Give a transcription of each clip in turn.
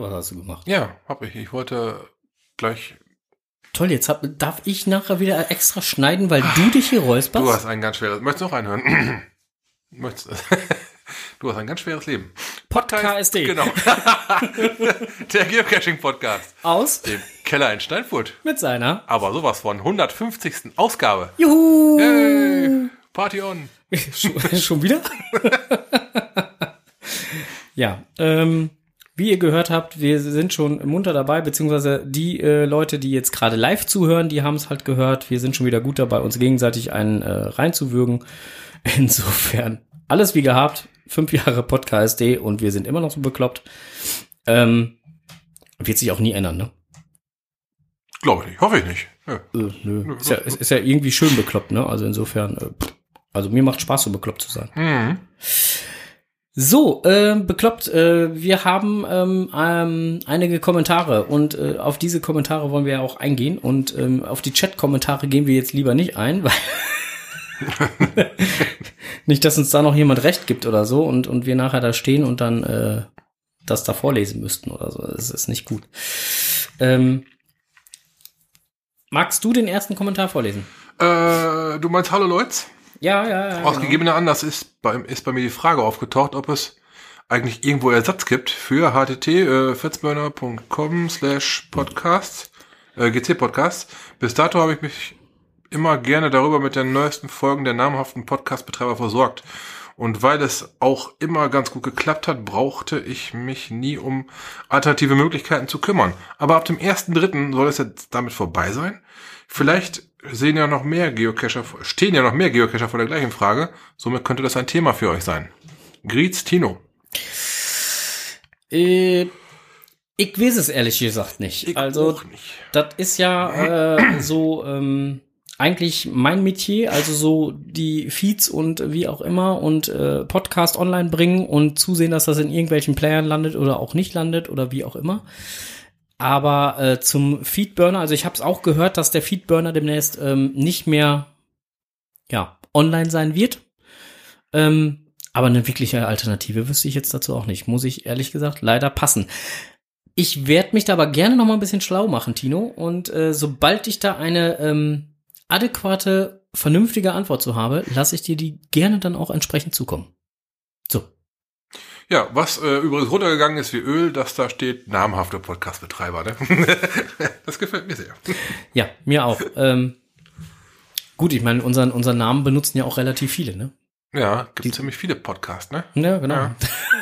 oder was hast du gemacht? Ja, hab ich. Ich wollte gleich... Toll, jetzt darf ich nachher wieder extra schneiden, weil du dich hier räusperst? Du hast ein ganz schweres... Möchtest du noch reinhören? Du hast ein ganz schweres Leben. KSD. Genau. Der Geocaching-Podcast. Aus dem Keller in Steinfurt. mit seiner... Aber sowas von 150. Ausgabe. Juhu! Hey, Party on. Schon wieder? Ja, wie ihr gehört habt, wir sind schon munter dabei, beziehungsweise die Leute, die jetzt gerade live zuhören, die haben es halt gehört. Wir sind schon wieder gut dabei, uns gegenseitig einen reinzuwürgen. Insofern, alles wie gehabt, 5 Jahre Podcast und wir sind immer noch so bekloppt. Wird sich auch nie ändern, ne? Glaube ich nicht, hoffe ich nicht. Ja. Nö. Ist ja irgendwie schön bekloppt, ne? Also insofern, also mir macht Spaß, so bekloppt zu sein. Mhm. So, bekloppt, wir haben einige Kommentare und auf diese Kommentare wollen wir ja auch eingehen und auf die Chat-Kommentare gehen wir jetzt lieber nicht ein, weil nicht, dass uns da noch jemand recht gibt oder so und wir nachher da stehen und dann das da vorlesen müssten oder so. Das ist nicht gut. Magst du den ersten Kommentar vorlesen? Du meinst Hallo Leute? Ja. Aus gegebener Anlass ist bei mir die Frage aufgetaucht, ob es eigentlich irgendwo Ersatz gibt für http://fitzburner.com/podcast, GC-Podcast. Bis dato habe ich mich immer gerne darüber mit den neuesten Folgen der namhaften Podcast-Betreiber versorgt. Und weil es auch immer ganz gut geklappt hat, brauchte ich mich nie um alternative Möglichkeiten zu kümmern. Aber ab dem 1.3. soll es jetzt damit vorbei sein. Vielleicht stehen ja noch mehr Geocacher vor der gleichen Frage. Somit könnte das ein Thema für euch sein. Griez, Tino. Ich weiß es ehrlich gesagt nicht. Ich also, auch nicht. Das ist ja so eigentlich mein Metier, also so die Feeds und wie auch immer und Podcast online bringen und zusehen, dass das in irgendwelchen Playern landet oder auch nicht landet oder wie auch immer. Aber zum Feedburner, also ich habe es auch gehört, dass der Feedburner demnächst nicht mehr online sein wird. Aber eine wirkliche Alternative wüsste ich jetzt dazu auch nicht. Muss ich ehrlich gesagt leider passen. Ich werde mich da aber gerne noch mal ein bisschen schlau machen, Tino. Und sobald ich da eine adäquate, vernünftige Antwort zu habe, lasse ich dir die gerne dann auch entsprechend zukommen. So. Ja, was übrigens runtergegangen ist wie Öl, dass da steht namhafte Podcast-Betreiber. Ne? Das gefällt mir sehr. Ja, mir auch. Gut, ich meine, unseren Namen benutzen ja auch relativ viele, ne? Ja, gibt ziemlich viele Podcasts, ne? Ja, genau. Ja.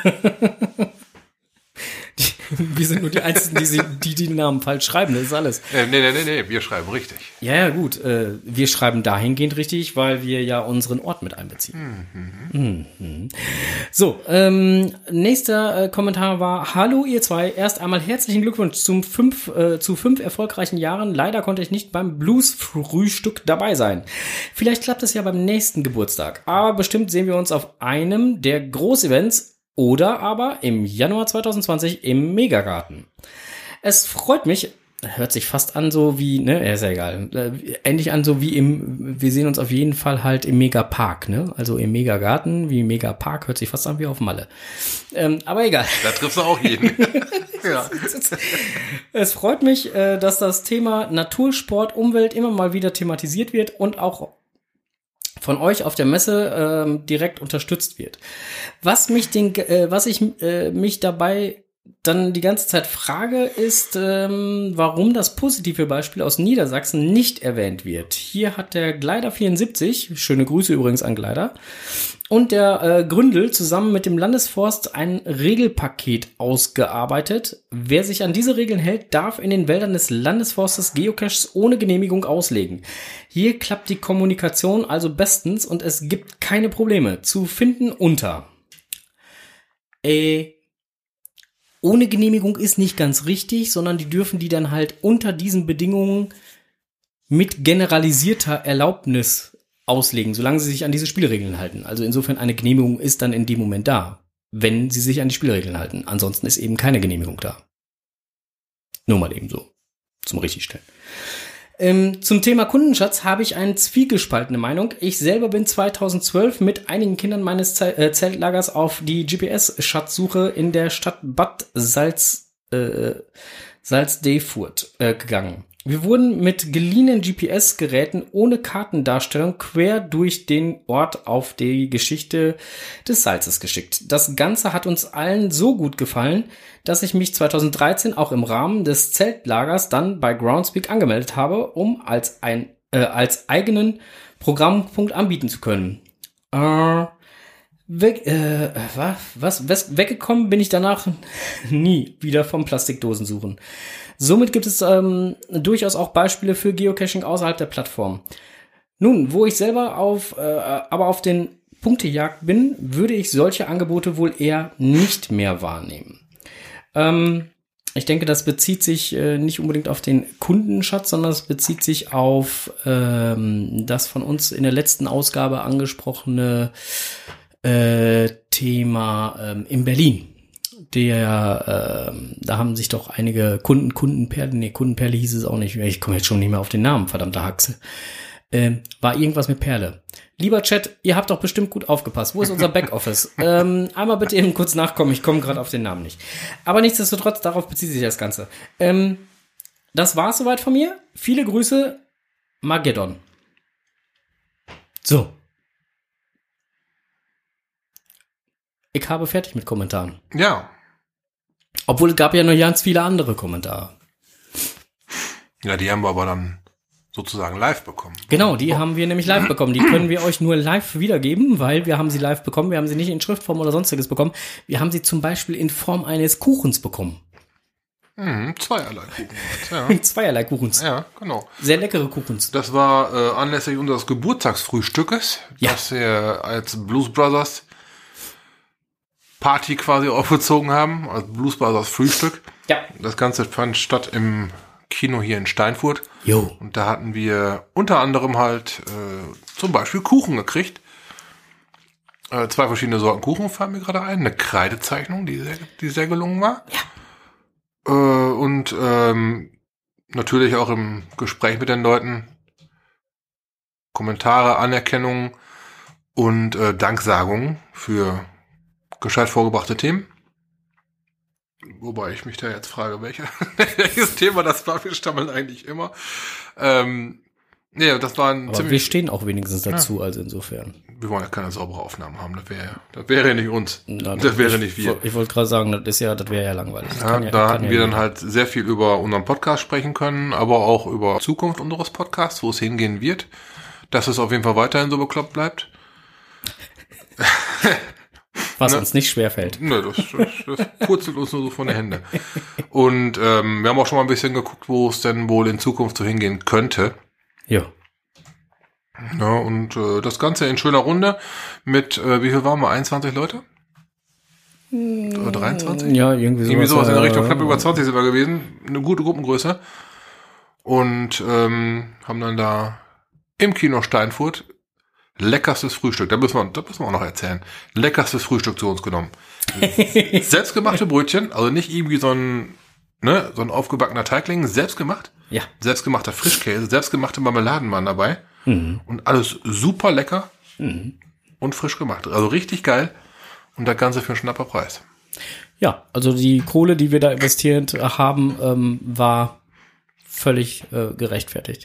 Wir sind nur die Einzigen, die Namen falsch schreiben, das ist alles. Nee, wir schreiben richtig. Ja, gut. Wir schreiben dahingehend richtig, weil wir ja unseren Ort mit einbeziehen. Mhm. So, nächster Kommentar war: Hallo ihr zwei, erst einmal herzlichen Glückwunsch zu 5 erfolgreichen Jahren. Leider konnte ich nicht beim Blues-Frühstück dabei sein. Vielleicht klappt es ja beim nächsten Geburtstag. Aber bestimmt sehen wir uns auf einem der Großevents oder aber im Januar 2020 im Megagarten. Es freut mich, hört sich fast an so wie, ne, ist ja egal, ähnlich an so wie wir sehen uns auf jeden Fall halt im Megapark, ne, also im Megagarten, wie Megapark, hört sich fast an wie auf Malle. Aber egal. Da triffst du auch jeden. Ja. Es freut mich, dass das Thema Natursport, Umwelt immer mal wieder thematisiert wird und auch von euch auf der Messe direkt unterstützt wird. Was ich mich dabei dann die ganze Zeit frage, ist, warum das positive Beispiel aus Niedersachsen nicht erwähnt wird. Hier hat der Gleider 74, schöne Grüße übrigens an Gleider, und der Gründel zusammen mit dem Landesforst ein Regelpaket ausgearbeitet. Wer sich an diese Regeln hält, darf in den Wäldern des Landesforstes Geocaches ohne Genehmigung auslegen. Hier klappt die Kommunikation also bestens und es gibt keine Probleme zu finden unter. Ohne Genehmigung ist nicht ganz richtig, sondern die dürfen die dann halt unter diesen Bedingungen mit generalisierter Erlaubnis auslegen, solange sie sich an diese Spielregeln halten. Also insofern eine Genehmigung ist dann in dem Moment da, wenn sie sich an die Spielregeln halten. Ansonsten ist eben keine Genehmigung da. Nur mal eben so zum Richtigstellen. Zum Thema Kundenschatz habe ich eine zwiegespaltene Meinung. Ich selber bin 2012 mit einigen Kindern meines Zeltlagers auf die GPS-Schatzsuche in der Stadt Bad Salzdefurt gegangen. Wir wurden mit geliehenen GPS-Geräten ohne Kartendarstellung quer durch den Ort auf die Geschichte des Salzes geschickt. Das Ganze hat uns allen so gut gefallen, dass ich mich 2013 auch im Rahmen des Zeltlagers dann bei Groundspeak angemeldet habe, um als eigenen Programmpunkt anbieten zu können. Weggekommen bin ich danach nie wieder vom Plastikdosensuchen. Somit gibt es durchaus auch Beispiele für Geocaching außerhalb der Plattform. Nun, wo ich selber aber auf den Punktejagd bin, würde ich solche Angebote wohl eher nicht mehr wahrnehmen. Ich denke, das bezieht sich nicht unbedingt auf den Kundenschatz, sondern es bezieht sich auf das von uns in der letzten Ausgabe angesprochene Thema in Berlin. Da haben sich doch einige Kundenperle hieß es auch nicht, ich komme jetzt schon nicht mehr auf den Namen, verdammte Haxe. War irgendwas mit Perle. Lieber Chat, ihr habt doch bestimmt gut aufgepasst. Wo ist unser Backoffice? Einmal bitte eben kurz nachkommen, ich komme gerade auf den Namen nicht. Aber nichtsdestotrotz, darauf bezieht sich das Ganze. Das war's soweit von mir. Viele Grüße, Mageddon. So. Ich habe fertig mit Kommentaren. Ja. Obwohl es gab ja noch ganz viele andere Kommentare. Ja, die haben wir aber dann sozusagen live bekommen. Genau, die haben wir nämlich live bekommen. Die können wir euch nur live wiedergeben, weil wir haben sie live bekommen. Wir haben sie nicht in Schriftform oder sonstiges bekommen. Wir haben sie zum Beispiel in Form eines Kuchens bekommen. Zweierlei Kuchen. Ja. Zweierlei Kuchens. Ja, genau. Sehr leckere Kuchens. Das war anlässlich unseres Geburtstagsfrühstückes, das wir als Blues Brothers Party quasi aufgezogen haben, als Blues Brothers Frühstück. Ja. Das Ganze fand statt im Kino hier in Steinfurt. Jo. Und da hatten wir unter anderem halt zum Beispiel Kuchen gekriegt. 2 verschiedene Sorten Kuchen fallen mir gerade ein. Eine Kreidezeichnung, die sehr gelungen war. Ja. Und natürlich auch im Gespräch mit den Leuten Kommentare, Anerkennung und Danksagungen für gescheit vorgebrachte Themen. Wobei ich mich da jetzt frage, welches Thema das war. Wir stammeln eigentlich immer. Das war ein Aber wir stehen auch wenigstens dazu, also insofern. Wir wollen ja keine saubere Aufnahmen haben. Das wäre ja nicht uns. Das wäre nicht wir. Ich wollte gerade sagen, das wäre ja langweilig. Da hatten wir dann halt sehr viel über unseren Podcast sprechen können, aber auch über Zukunft unseres Podcasts, wo es hingehen wird. Dass es auf jeden Fall weiterhin so bekloppt bleibt. Was uns nicht schwerfällt. Nö, das purzelt uns nur so von den Händen. Und wir haben auch schon mal ein bisschen geguckt, wo es denn wohl in Zukunft so hingehen könnte. Ja. Ja, und das Ganze in schöner Runde mit, wie viel waren wir? 21 Leute? Oder 23? Ja, irgendwie sowas. Irgendwie sowas in der Richtung, knapp über 20 sind wir gewesen. Eine gute Gruppengröße. Und haben dann da im Kino Steinfurt leckerstes Frühstück, da müssen wir auch noch erzählen. Leckerstes Frühstück zu uns genommen. Selbstgemachte Brötchen, also nicht irgendwie so ein aufgebackener Teigling, selbstgemacht. Ja. Selbstgemachter Frischkäse, selbstgemachte Marmeladen waren dabei. Und alles super lecker und frisch gemacht. Also richtig geil. Und das Ganze für einen knapper Preis. Ja, also die Kohle, die wir da investiert haben, war völlig gerechtfertigt.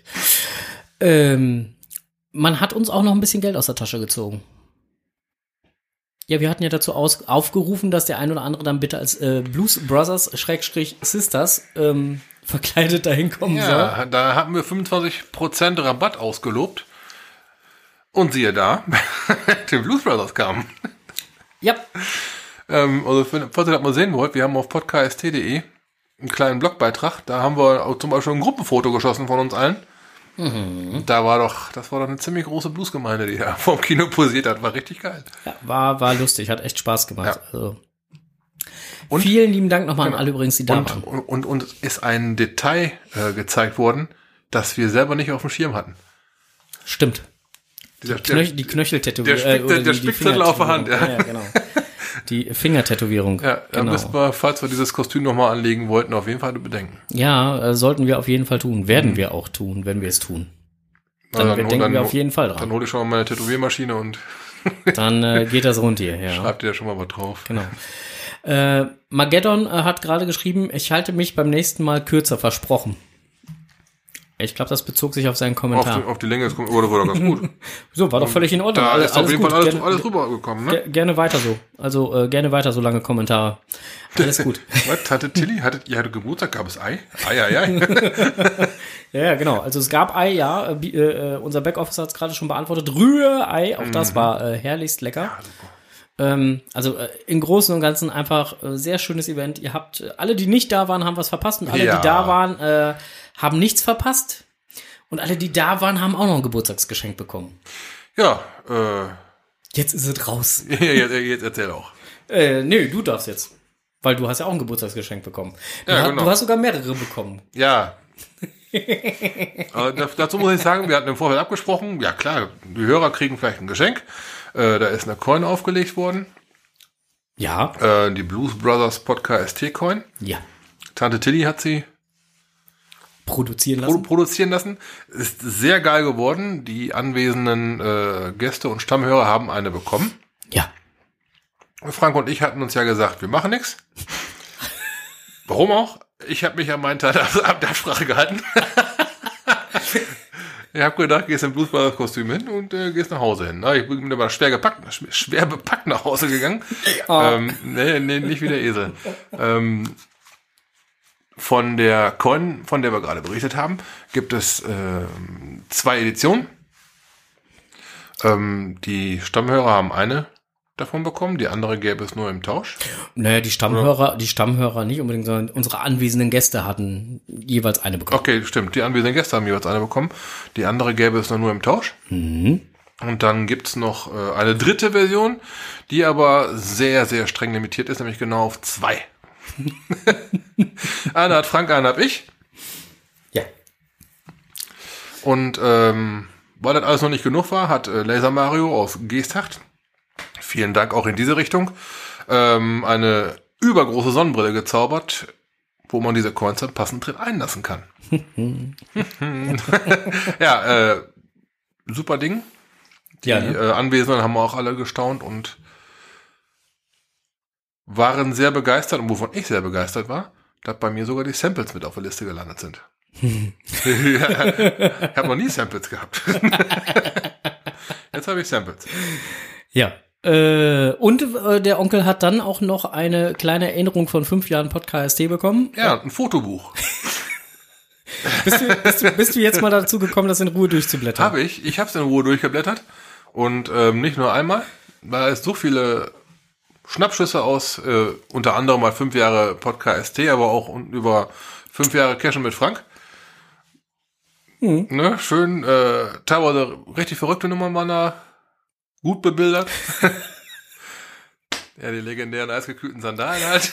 Man hat uns auch noch ein bisschen Geld aus der Tasche gezogen. Ja, wir hatten ja dazu aufgerufen, dass der ein oder andere dann bitte als Blues Brothers /Sisters verkleidet dahin kommen soll. Ja, da haben wir 25% Rabatt ausgelobt. Und siehe da, die Blues Brothers kamen. Ja. Also, falls ihr das mal sehen wollt, wir haben auf podcast.de einen kleinen Blogbeitrag. Da haben wir auch zum Beispiel ein Gruppenfoto geschossen von uns allen. Das war doch eine ziemlich große Bluesgemeinde, die da vom Kino posiert hat. War richtig geil. Ja, war lustig, hat echt Spaß gemacht. Ja. Also. Und vielen lieben Dank nochmal an alle übrigens, die da waren. Und ist ein Detail gezeigt worden, das wir selber nicht auf dem Schirm hatten. Stimmt. Die Knöcheltätowierung. Der Spickzettel auf der Hand. Ja, genau. Die Fingertätowierung. Ja, da müssten wir, falls wir dieses Kostüm nochmal anlegen wollten, auf jeden Fall bedenken. Ja, sollten wir auf jeden Fall tun. Werden wir auch tun, wenn wir es tun. Dann denken wir auf jeden Fall dran. Dann hole ich schon mal meine Tätowiermaschine und dann geht das rund hier. Ja. Schreibt ihr ja schon mal was drauf. Genau. Mageddon hat gerade geschrieben, ich halte mich beim nächsten Mal kürzer, versprochen. Ich glaube, das bezog sich auf seinen Kommentar. Auf die Länge des Kommentars, oder war ganz gut. So, war doch völlig in Ordnung. Da ist auf jeden gut. Fall alles rübergekommen, ne? Gerne weiter so. Also gerne weiter so lange Kommentare. Alles gut. Was, Tante Tilly, ihr hattet Geburtstag, gab es Ei? Ei. Ja, genau. Also es gab Ei, ja. Unser Backoffice hat es gerade schon beantwortet. Rührei, auch das war herrlichst lecker. Ja, super. Im Großen und Ganzen einfach sehr schönes Event. Ihr habt, alle, die nicht da waren, haben was verpasst. Und alle, die da waren, haben nichts verpasst. Und alle, die da waren, haben auch noch ein Geburtstagsgeschenk bekommen. Ja, Jetzt ist es raus. jetzt erzähl auch. Nee, du darfst jetzt. Weil du hast ja auch ein Geburtstagsgeschenk bekommen. Genau. Du hast sogar mehrere bekommen. Ja. Dazu muss ich sagen, wir hatten im Vorfeld abgesprochen, ja klar, die Hörer kriegen vielleicht ein Geschenk. Da ist eine Coin aufgelegt worden. Ja. Die Blues Brothers Podcast ST-Coin. Ja. Tante Tilly hat sie produzieren lassen. Ist sehr geil geworden. Die anwesenden Gäste und Stammhörer haben eine bekommen. Ja. Frank und ich hatten uns ja gesagt, wir machen nichts. Warum auch? Ich habe mich an meinen Teil der Absprache gehalten. Ich habe gedacht, gehst im Blues Brothers Kostüm hin und gehst nach Hause hin. Ich bin aber schwer bepackt nach Hause gegangen. Ja. Nee, nicht wie der Esel. Von der Coin, von der wir gerade berichtet haben, gibt es 2 Editionen. Die Stammhörer haben eine davon bekommen, die andere gäbe es nur im Tausch. Naja, die Stammhörer nicht unbedingt, sondern unsere anwesenden Gäste hatten jeweils eine bekommen. Okay, stimmt. Die anwesenden Gäste haben jeweils eine bekommen. Die andere gäbe es nur im Tausch. Mhm. Und dann gibt's noch eine 3. Version, die aber sehr, sehr streng limitiert ist, nämlich genau auf 2. Eine hat Frank, eine hab ich. Ja. Und weil das alles noch nicht genug war, hat Laser Mario aus Geesthacht, vielen Dank auch in diese Richtung, eine übergroße Sonnenbrille gezaubert, wo man diese Coins dann passend drin einlassen kann. Ja, super Ding. Die Anwesenden haben auch alle gestaunt und waren sehr begeistert, und wovon ich sehr begeistert war, dass bei mir sogar die Samples mit auf der Liste gelandet sind. Ich habe noch nie Samples gehabt. Jetzt habe ich Samples. Ja. Und der Onkel hat dann auch noch eine kleine Erinnerung von 5 Jahren Podcast bekommen. Ja, ein Fotobuch. Bist du jetzt mal dazu gekommen, das in Ruhe durchzublättern? Habe ich. Ich habe es in Ruhe durchgeblättert. Und nicht nur einmal, weil es so viele Schnappschüsse aus, unter anderem mal 5 Jahre Podcast, aber auch über 5 Jahre Cashen mit Frank. Ne, schön, teilweise richtig verrückte Nummern waren da gut bebildert. Ja, die legendären eisgekühlten Sandalen halt.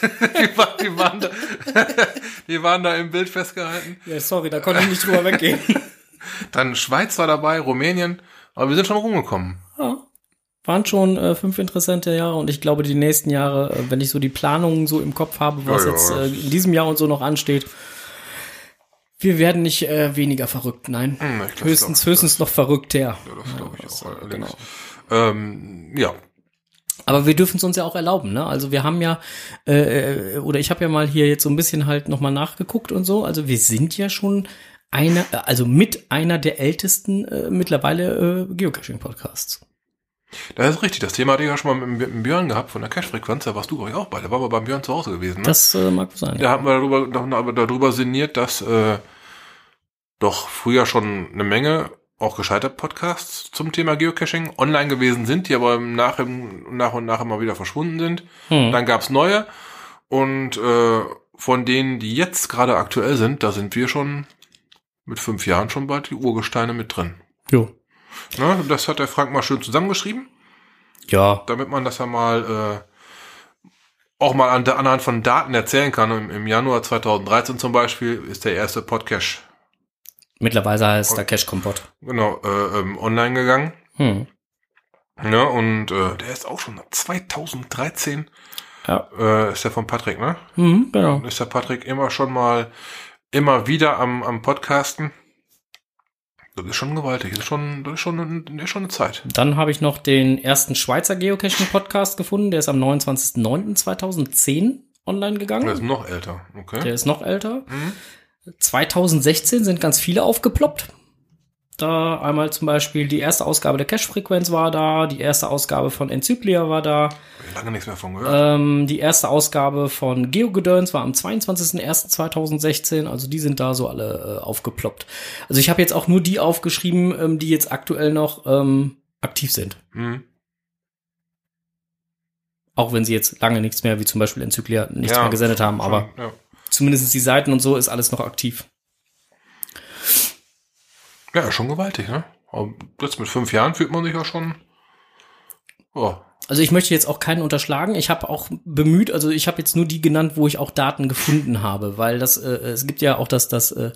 Die waren da im Bild festgehalten. Ja, sorry, da konnte ich nicht drüber weggehen. Dann Schweiz war dabei, Rumänien, aber wir sind schon rumgekommen. Ja. Waren schon 5 interessante Jahre und ich glaube, die nächsten Jahre, wenn ich so die Planungen so im Kopf habe, was jetzt in diesem Jahr und so noch ansteht, wir werden nicht weniger verrückt, nein. Höchstens noch verrückter. Ja, das glaube ich auch. Genau. Ja. Aber wir dürfen es uns ja auch erlauben, ne? Also wir haben ja, oder ich habe ja mal hier jetzt so ein bisschen halt nochmal nachgeguckt und so. Also wir sind ja schon mit einer der ältesten mittlerweile Geocaching-Podcasts. Das ist richtig. Das Thema hatte ich ja schon mal mit dem Björn gehabt von der Cache-Frequenz. Da warst du, glaube ich, auch bei. Da waren wir beim Björn zu Hause gewesen. Ne? Das mag sein. Da haben wir darüber sinniert, dass doch früher schon eine Menge auch gescheiterte Podcasts zum Thema Geocaching online gewesen sind, die aber nach und nach immer wieder verschwunden sind. Dann gab's neue und von denen, die jetzt gerade aktuell sind, da sind wir schon mit 5 Jahren schon bald die Urgesteine mit drin. Jo. Ne, das hat der Frank mal schön zusammengeschrieben. Ja. Damit man das ja mal auch mal anhand von Daten erzählen kann. Im Januar 2013 zum Beispiel ist der erste Podcache. Mittlerweile heißt der Cache Kompott. Genau, online gegangen. Ja, und der ist auch schon 2013. Ja. Ist der von Patrick, ne? Genau. Ist der Patrick immer wieder am Podcasten. Das ist schon gewaltig. Das ist schon eine Zeit. Dann habe ich noch den ersten Schweizer Geocaching-Podcast gefunden. Der ist am 29.09.2010 online gegangen. Der ist noch älter. Okay. Der ist noch älter. 2016 sind ganz viele aufgeploppt. Da einmal zum Beispiel die erste Ausgabe der Cache-Frequenz war da, die erste Ausgabe von Enzyklia war da. Hab ich lange nichts mehr von gehört. Die erste Ausgabe von GeoGedöns war am 22.01.2016, also die sind da so alle aufgeploppt. Also ich habe jetzt auch nur die aufgeschrieben, die jetzt aktuell noch aktiv sind. Auch wenn sie jetzt lange nichts mehr, wie zum Beispiel Enzyklia, nichts mehr gesendet haben, aber zumindest die Seiten und so ist alles noch aktiv. Ja, schon gewaltig, ne? Aber jetzt mit 5 Jahren fühlt man sich ja schon. Oh. Also ich möchte jetzt auch keinen unterschlagen. Ich habe auch bemüht, also ich habe jetzt nur die genannt, wo ich auch Daten gefunden habe, weil das es gibt ja auch das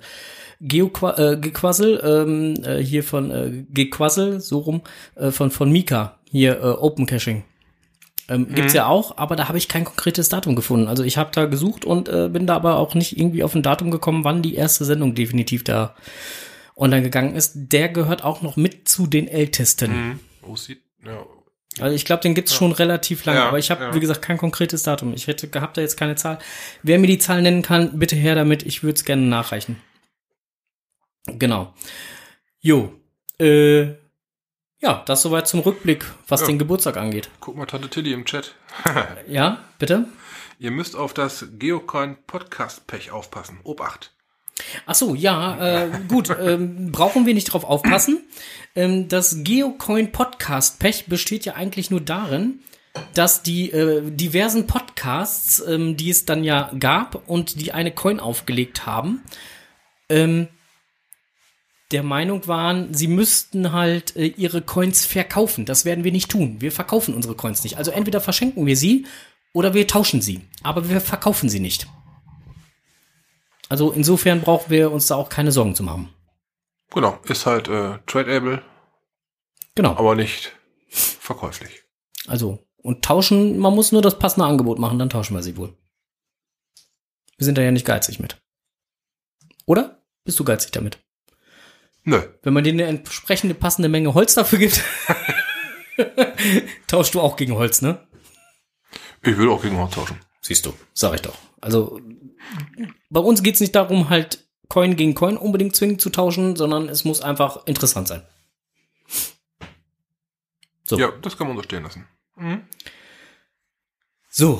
Gequassel hier von Gequassel so rum von Mika hier Open Caching. Gibt's ja auch, aber da habe ich kein konkretes Datum gefunden. Also ich habe da gesucht und bin da aber auch nicht irgendwie auf ein Datum gekommen, wann die erste Sendung definitiv da online gegangen ist. Der gehört auch noch mit zu den ältesten. Also ich glaube, den gibt's schon relativ lange, aber ich habe, wie gesagt, kein konkretes Datum. Ich hätte gehabt da jetzt keine Zahl. Wer mir die Zahl nennen kann, bitte her damit. Ich würde es gerne nachreichen. Genau. Jo. Ja, das soweit zum Rückblick, was den Geburtstag angeht. Guck mal, Tante Tilly im Chat. Ja, bitte? Ihr müsst auf das Geocoin Podcast Pech aufpassen. Obacht. Ach so, ja, gut, brauchen wir nicht drauf aufpassen. Das Geocoin Podcast Pech besteht ja eigentlich nur darin, dass die diversen Podcasts, die es dann ja gab und die eine Coin aufgelegt haben, der Meinung waren, sie müssten halt ihre Coins verkaufen. Das werden wir nicht tun. Wir verkaufen unsere Coins nicht. Also entweder verschenken wir sie oder wir tauschen sie. Aber wir verkaufen sie nicht. Also insofern brauchen wir uns da auch keine Sorgen zu machen. Genau, ist halt tradeable. Genau. Aber nicht verkäuflich. Also, und tauschen, man muss nur das passende Angebot machen, dann tauschen wir sie wohl. Wir sind da ja nicht geizig mit. Oder? Bist du geizig damit? Nö. Wenn man dir eine entsprechende passende Menge Holz dafür gibt, tauschst du auch gegen Holz, ne? Ich will auch gegen Holz tauschen. Siehst du, sag ich doch. Also, bei uns geht's nicht darum, halt Coin gegen Coin unbedingt zwingend zu tauschen, sondern es muss einfach interessant sein. So. Ja, das kann man so stehen lassen. So,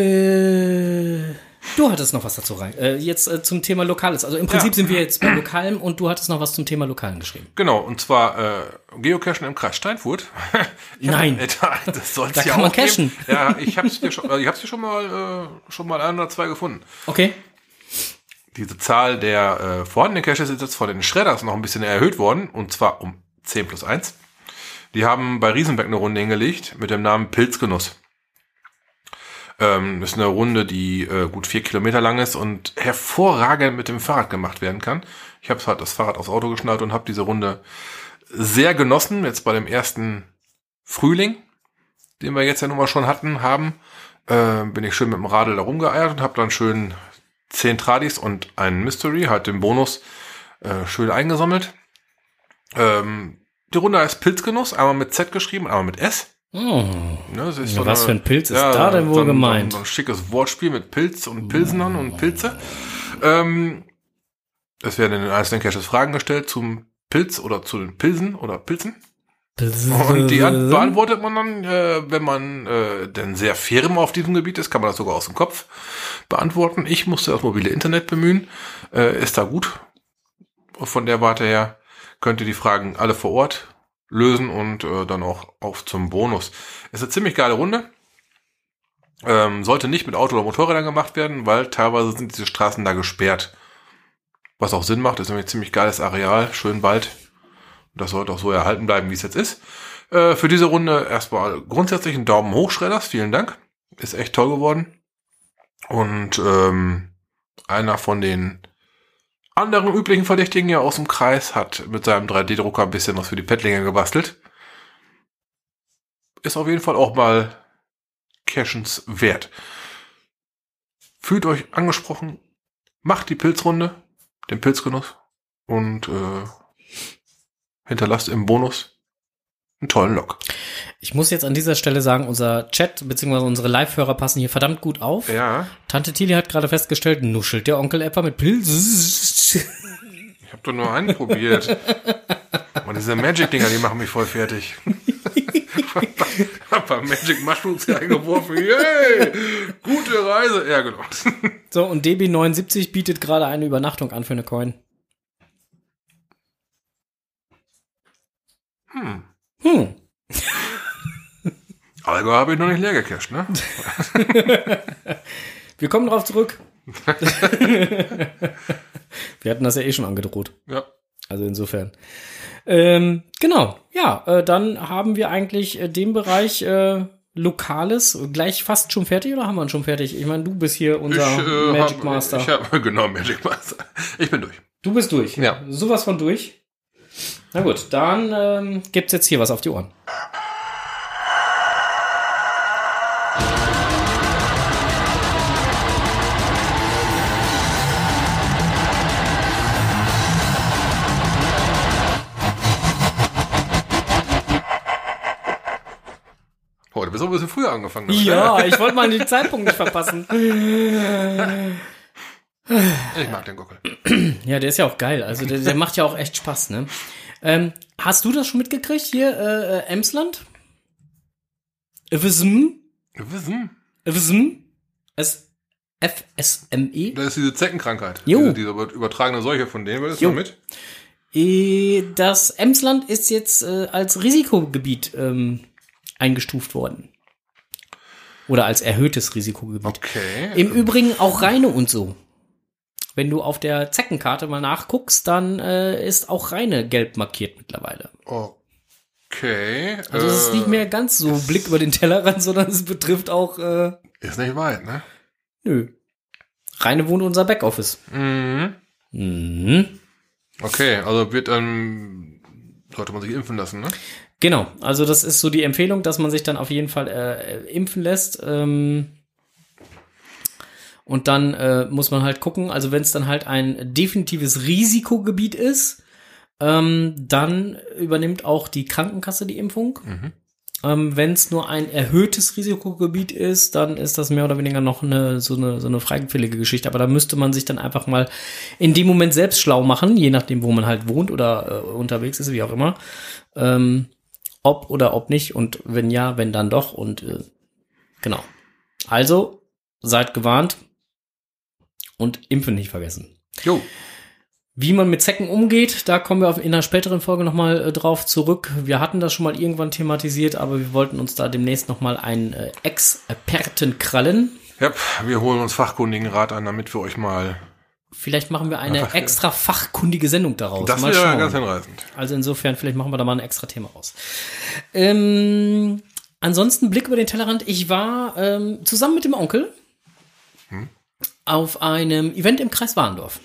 du hattest noch was dazu rein. Jetzt zum Thema Lokales. Also im Prinzip sind wir jetzt bei Lokalem und du hattest noch was zum Thema Lokalen geschrieben. Genau, und zwar Geocachen im Kreis Steinfurt. Nein, das soll's da ja kann man auch geben. cachen. Ja, ich hab's hier schon mal 1 oder 2 gefunden. Okay. Diese Zahl der vorhandenen Caches ist jetzt von den Shredders noch ein bisschen erhöht worden, und zwar um 10+1. Die haben bei Riesenbeck eine Runde hingelegt mit dem Namen Pilzgenuss. Ist eine Runde, die gut 4 Kilometer lang ist und hervorragend mit dem Fahrrad gemacht werden kann. Ich habe halt das Fahrrad aufs Auto geschnallt und habe diese Runde sehr genossen. Jetzt bei dem ersten Frühling, den wir jetzt ja nun mal schon haben, bin ich schön mit dem Radl da rumgeeiert und habe dann schön 10 Tradis und einen Mystery, halt den Bonus, schön eingesammelt. Die Runde heißt Pilzgenuss, einmal mit Z geschrieben, einmal mit S. Oh. Ja, das ist ja, was für ein Pilz ist da denn wohl gemeint? So ein schickes Wortspiel mit Pilz und Pilsenern und Pilze. Es werden in den einzelnen Caches Fragen gestellt zum Pilz oder zu den Pilsen oder Pilzen. Und die beantwortet man dann, wenn man denn sehr firm auf diesem Gebiet ist, kann man das sogar aus dem Kopf beantworten. Ich musste das mobile Internet bemühen. Ist da gut. Von der Warte her könnt ihr die Fragen alle vor Ort lösen und dann auch auf zum Bonus. Ist eine ziemlich geile Runde. Sollte nicht mit Auto oder Motorrädern gemacht werden, weil teilweise sind diese Straßen da gesperrt. Was auch Sinn macht, ist nämlich ein ziemlich geiles Areal, schön Wald. Das sollte auch so erhalten bleiben, wie es jetzt ist. Für diese Runde erstmal grundsätzlich einen Daumen hoch, Schredders. Vielen Dank. Ist echt toll geworden. Und einer von den anderen üblichen Verdächtigen ja aus dem Kreis hat mit seinem 3D-Drucker ein bisschen was für die Pettlinge gebastelt. Ist auf jeden Fall auch mal Cachens wert. Fühlt euch angesprochen, macht die Pilzrunde, den Pilzgenuss und hinterlasst im Bonus einen tollen Log. Ich muss jetzt an dieser Stelle sagen, unser Chat bzw. unsere Live-Hörer passen hier verdammt gut auf. Ja. Tante Tilly hat gerade festgestellt, nuschelt der Onkel etwa mit Pilz? Ich habe doch nur einen probiert. Und diese Magic-Dinger, die machen mich voll fertig. Hab ein paar Magic Mushrooms hier eingeworfen. Yay! Gute Reise. Ja, genau. So, und DB79 bietet gerade eine Übernachtung an für eine Coin. Algo habe ich noch nicht leer gecached, ne? Wir kommen drauf zurück. Wir hatten das ja eh schon angedroht. Ja. Also insofern. Genau, ja, dann haben wir eigentlich den Bereich Lokales gleich fast schon fertig, oder haben wir ihn schon fertig? Ich meine, du bist hier unser Magic Master. Genau, Magic Master. Ich bin durch. Du bist durch? Ja. Sowas von durch? Na gut, dann gibt's jetzt hier was auf die Ohren. Heute bist du ein bisschen früher angefangen. Ja, ich wollte mal den Zeitpunkt nicht verpassen. Ich mag den Gockel. Ja, der ist ja auch geil. Also der macht ja auch echt Spaß, ne? Hast du das schon mitgekriegt hier, Emsland? FSME? FSME? Das ist diese Zeckenkrankheit. Jo. Diese übertragene Seuche von denen. Was ist Jo. da mit? Das Emsland ist jetzt als Risikogebiet eingestuft worden. Oder als erhöhtes Risikogebiet. Okay. Im Übrigen auch Rheine und so. Wenn du auf der Zeckenkarte mal nachguckst, dann ist auch Rheine gelb markiert mittlerweile. Okay. Also es ist nicht mehr ganz so Blick über den Tellerrand, sondern es betrifft auch Ist nicht weit, ne? nö. Rheine wohnt unser Backoffice. Mhm. Mhm. Okay, also sollte man sich impfen lassen, ne? Genau, also das ist so die Empfehlung, dass man sich dann auf jeden Fall impfen lässt. Und dann muss man halt gucken, also wenn es dann halt ein definitives Risikogebiet ist, dann übernimmt auch die Krankenkasse die Impfung. Mhm. Wenn es nur ein erhöhtes Risikogebiet ist, dann ist das mehr oder weniger noch so eine freiwillige Geschichte. Aber da müsste man sich dann einfach mal in dem Moment selbst schlau machen, je nachdem, wo man halt wohnt oder unterwegs ist, wie auch immer. Ob oder ob nicht und wenn ja, wenn dann doch und genau. Also, seid gewarnt und Impfen nicht vergessen. Jo. Wie man mit Zecken umgeht, da kommen wir in einer späteren Folge nochmal drauf zurück. Wir hatten das schon mal irgendwann thematisiert, aber wir wollten uns da demnächst nochmal einen Experten krallen. Ja, wir holen uns fachkundigen Rat an, damit wir euch mal... Vielleicht machen wir eine extra fachkundige Sendung daraus. Das mal wäre schauen. ganz hinreißend. Also insofern, vielleicht machen wir da mal ein extra Thema raus. Ansonsten Blick über den Tellerrand. Ich war zusammen mit dem Onkel auf einem Event im Kreis Warendorf.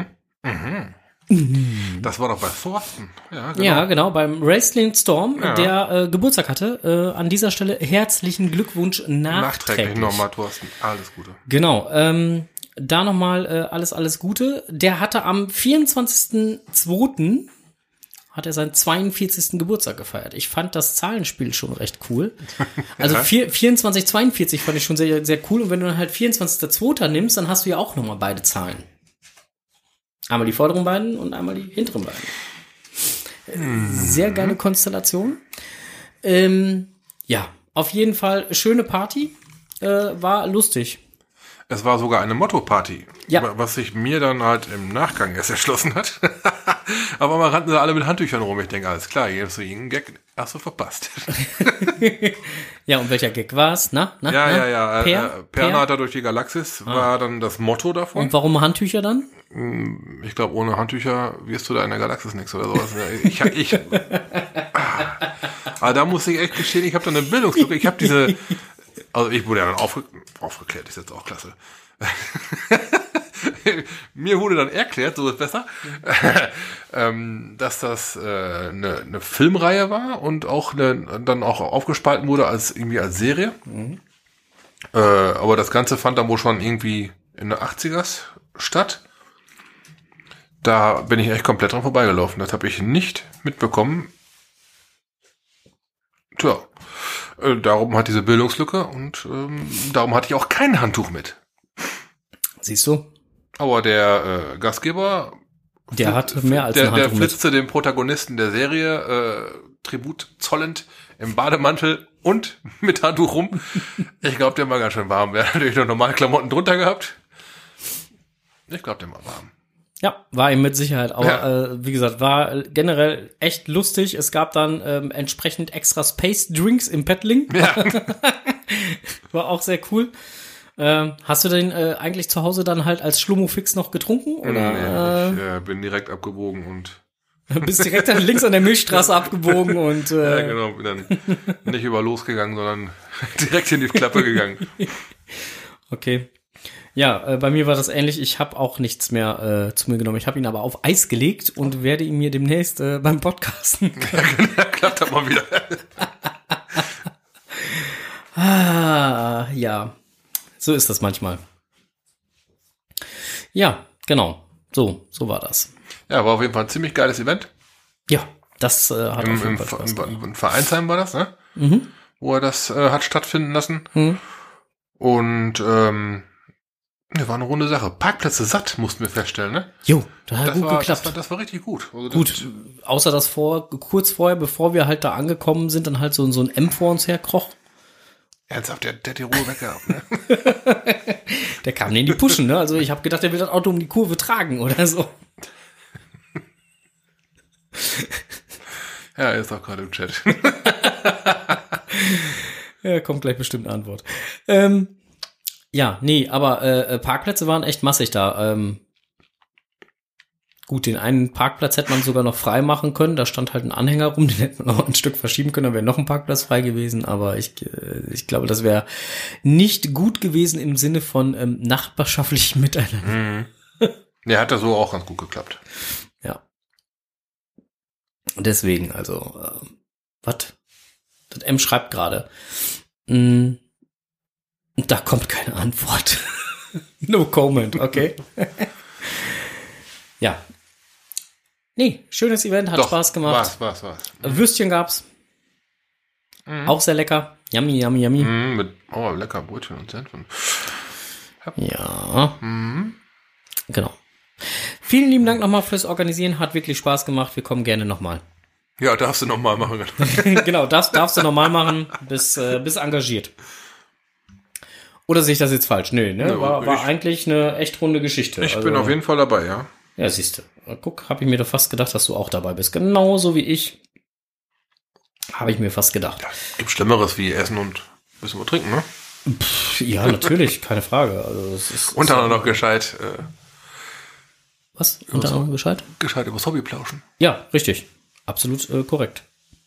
Das war doch bei Thorsten. Ja, genau. Ja, genau, beim Wrestling Storm, Ja. der Geburtstag hatte. An dieser Stelle herzlichen Glückwunsch nachträglich. Nochmal, Thorsten. Alles Gute. Genau, da nochmal alles Gute. Der hatte am 24.02. hat er seinen 42. Geburtstag gefeiert. Ich fand das Zahlenspiel schon recht cool. Also 24, 42 fand ich schon sehr, sehr cool. Und wenn du dann halt 24.02. nimmst, dann hast du ja auch nochmal beide Zahlen. Einmal die vorderen beiden und einmal die hinteren beiden. Sehr geile Konstellation. Ja, auf jeden Fall schöne Party. War lustig. Es war sogar eine Motto-Party, Ja. was sich mir dann halt im Nachgang erst erschlossen hat. Aber man rannten da alle mit Handtüchern rum. Ich denke, alles klar, hier hast du irgendeinen Gag, hast du verpasst. Ja, und welcher Gag war's? Na? Ja. Per? Pernata durch die Galaxis war dann das Motto davon. Und warum Handtücher dann? Ich glaube, ohne Handtücher wirst du da in der Galaxis nichts oder sowas. Aber da muss ich echt gestehen, ich habe da eine Bildungslücke. Ich habe also ich wurde ja dann aufgeklärt, ist jetzt auch klasse. Mir wurde dann erklärt, so ist besser, dass das eine Filmreihe war und auch dann auch aufgespalten wurde als Serie. Aber das Ganze fand dann wohl schon irgendwie in den 80ers statt. Da bin ich echt komplett dran vorbeigelaufen. Das habe ich nicht mitbekommen. Tja, darum hat diese Bildungslücke und darum hatte ich auch kein Handtuch mit. Siehst du? Aber der Gastgeber, der hat mehr als ein Handtuch der flitzte dem Protagonisten der Serie Tribut zollend im Bademantel und mit Handtuch rum. Ich glaube, der war ganz schön warm. Der hat natürlich noch normale Klamotten drunter gehabt. Ich glaube, der war warm. Ja, war ihm mit Sicherheit auch, wie gesagt, war generell echt lustig. Es gab dann entsprechend extra Space Drinks im Paddling. Ja. War auch sehr cool. Hast du den eigentlich zu Hause dann halt als Schlummofix noch getrunken? Oder? Nee, ich bin direkt abgebogen und bist direkt dann links an der Milchstraße abgebogen und ja, genau, bin dann nicht über losgegangen, sondern direkt in die Klappe gegangen. Okay. Ja, bei mir war das ähnlich. Ich habe auch nichts mehr zu mir genommen. Ich habe ihn aber auf Eis gelegt und werde ihn mir demnächst beim Podcasten. Ja, klappt das mal wieder. Ja, so ist das manchmal. Ja, genau. So war das. Ja, war auf jeden Fall ein ziemlich geiles Event. Ja, das hat auf jeden Fall Spaß gemacht. Im Vereinsheim war das, ne? Mhm. Wo er das hat stattfinden lassen. Mhm. Und war eine runde Sache. Parkplätze satt, mussten wir feststellen, ne? Jo, das hat gut geklappt. Das war richtig gut. Also gut, außer dass kurz vorher, bevor wir halt da angekommen sind, dann halt so ein M vor uns herkroch. Ernsthaft, der hat die Ruhe weggehabt, ne? Der kam in die Puschen, ne? Also ich habe gedacht, der will das Auto um die Kurve tragen oder so. Ja, er ist auch gerade im Chat. Ja, kommt gleich bestimmt eine Antwort. Ja, nee, aber Parkplätze waren echt massig da. Gut, den einen Parkplatz hätte man sogar noch frei machen können. Da stand halt ein Anhänger rum, den hätte man noch ein Stück verschieben können, dann wäre noch ein Parkplatz frei gewesen. Aber ich glaube, das wäre nicht gut gewesen im Sinne von nachbarschaftlichem Miteinander. Mhm. Der hat da so auch ganz gut geklappt. Ja. Deswegen, also, was? Das M schreibt gerade. Da kommt keine Antwort. No comment, okay. Ja. Nee, schönes Event, hat Spaß gemacht. Was. Würstchen gab's. Auch sehr lecker. Yummy, yummy, yummy. Mit lecker Brötchen und Senf. Ja. Genau. Vielen lieben Dank nochmal fürs Organisieren. Hat wirklich Spaß gemacht. Wir kommen gerne nochmal. Ja, darfst du nochmal machen. Genau, darfst du nochmal machen. Bis engagiert. Oder sehe ich das jetzt falsch? Nö, ne? War eigentlich eine echt runde Geschichte. Ich bin auf jeden Fall dabei, ja. Ja, siehst du. Guck, habe ich mir doch fast gedacht, dass du auch dabei bist. Genauso wie ich. Habe ich mir fast gedacht. Ja, gibt Schlimmeres wie Essen und ein bisschen was trinken, ne? Ja, natürlich, keine Frage. Also, es ist Untereinander noch gescheit. Was? Untereinander gescheit? Gescheit übers Hobby plauschen. Ja, richtig. Absolut korrekt.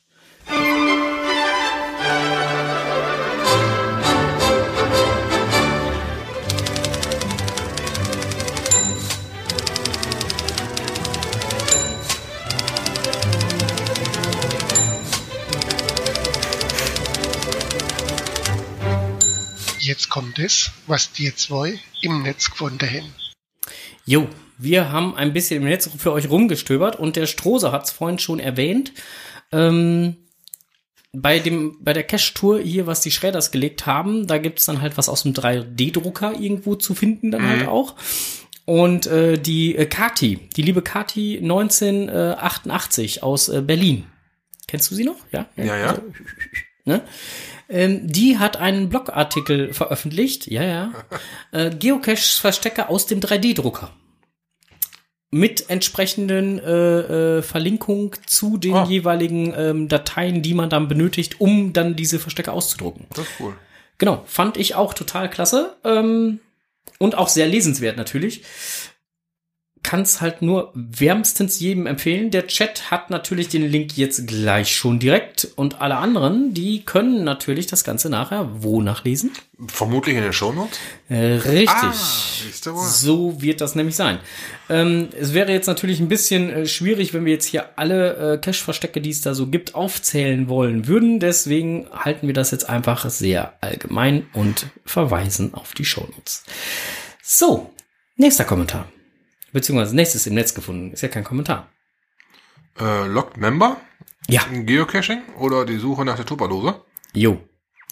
Jetzt kommt es, was die zwei im Netz gefunden haben. Jo, wir haben ein bisschen im Netz für euch rumgestöbert und der Strose hat es vorhin schon erwähnt. Bei der Cache-Tour hier, was die Schräders gelegt haben, da gibt's dann halt was aus dem 3D-Drucker irgendwo zu finden dann halt auch. Und die Kati, die liebe Kati 1988 aus Berlin. Kennst du sie noch? Ja. Ja. Also, ne? Die hat einen Blogartikel veröffentlicht, Geocache-Verstecke aus dem 3D-Drucker. Mit entsprechenden Verlinkung zu den jeweiligen Dateien, die man dann benötigt, um dann diese Verstecke auszudrucken. Das ist cool. Genau, fand ich auch total klasse. Und auch sehr lesenswert natürlich. Kann's halt nur wärmstens jedem empfehlen. Der Chat hat natürlich den Link jetzt gleich schon direkt und alle anderen, die können natürlich das Ganze nachher wo nachlesen? Vermutlich in den Shownotes. Richtig. Siehst du wohl. So wird das nämlich sein. Es wäre jetzt natürlich ein bisschen schwierig, wenn wir jetzt hier alle Cache-Verstecke, die es da so gibt, aufzählen wollen würden. Deswegen halten wir das jetzt einfach sehr allgemein und verweisen auf die Shownotes. So, nächster Kommentar. Beziehungsweise nächstes im Netz gefunden. Ist ja kein Kommentar. Locked Member? Ja. Geocaching oder die Suche nach der Tupperdose? Jo.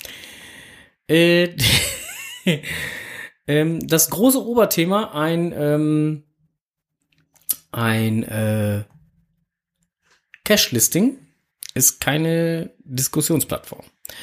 Das große Oberthema, ein Cache-Listing ist keine Diskussionsplattform.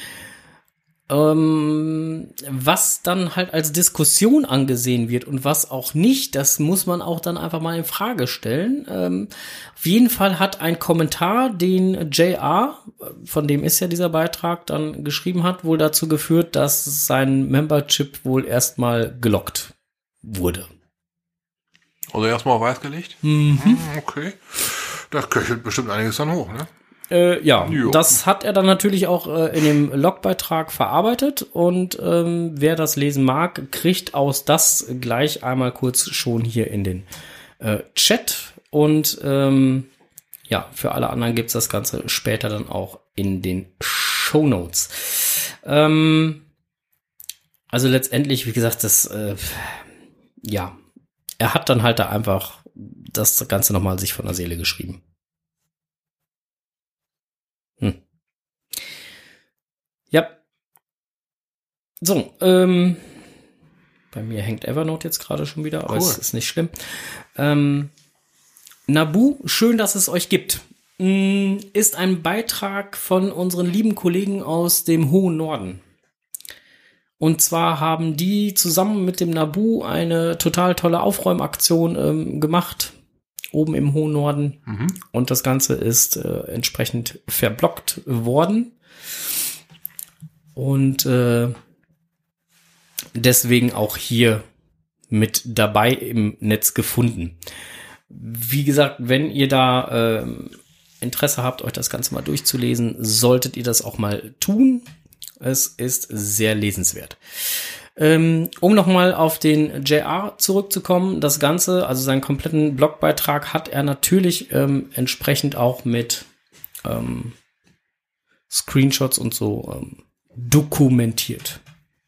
Was dann halt als Diskussion angesehen wird und was auch nicht, das muss man auch dann einfach mal in Frage stellen. Auf jeden Fall hat ein Kommentar, den JR, von dem ist ja dieser Beitrag, dann geschrieben hat, wohl dazu geführt, dass sein Membership wohl erstmal gelockt wurde. Also erstmal auf Weiß gelegt? Okay. Das köchelt bestimmt einiges dann hoch, ne? Ja, Jo. Das hat er dann natürlich auch in dem Logbeitrag verarbeitet und wer das lesen mag, kriegt aus das gleich einmal kurz schon hier in den Chat und ja, für alle anderen gibt's das Ganze später dann auch in den Shownotes. Also letztendlich, wie gesagt, das ja, er hat dann halt da einfach das Ganze nochmal sich von der Seele geschrieben. Ja. So, bei mir hängt Evernote jetzt gerade schon wieder, aber es ist nicht schlimm. Nabu, schön, dass es euch gibt. Ist ein Beitrag von unseren lieben Kollegen aus dem hohen Norden. Und zwar haben die zusammen mit dem Nabu eine total tolle Aufräumaktion gemacht, oben im hohen Norden. Und das Ganze ist entsprechend verblockt worden. Und deswegen auch hier mit dabei im Netz gefunden. Wie gesagt, wenn ihr da Interesse habt, euch das Ganze mal durchzulesen, solltet ihr das auch mal tun. Es ist sehr lesenswert. Um nochmal auf den JR zurückzukommen, das Ganze, also seinen kompletten Blogbeitrag hat er natürlich entsprechend auch mit Screenshots und so dokumentiert.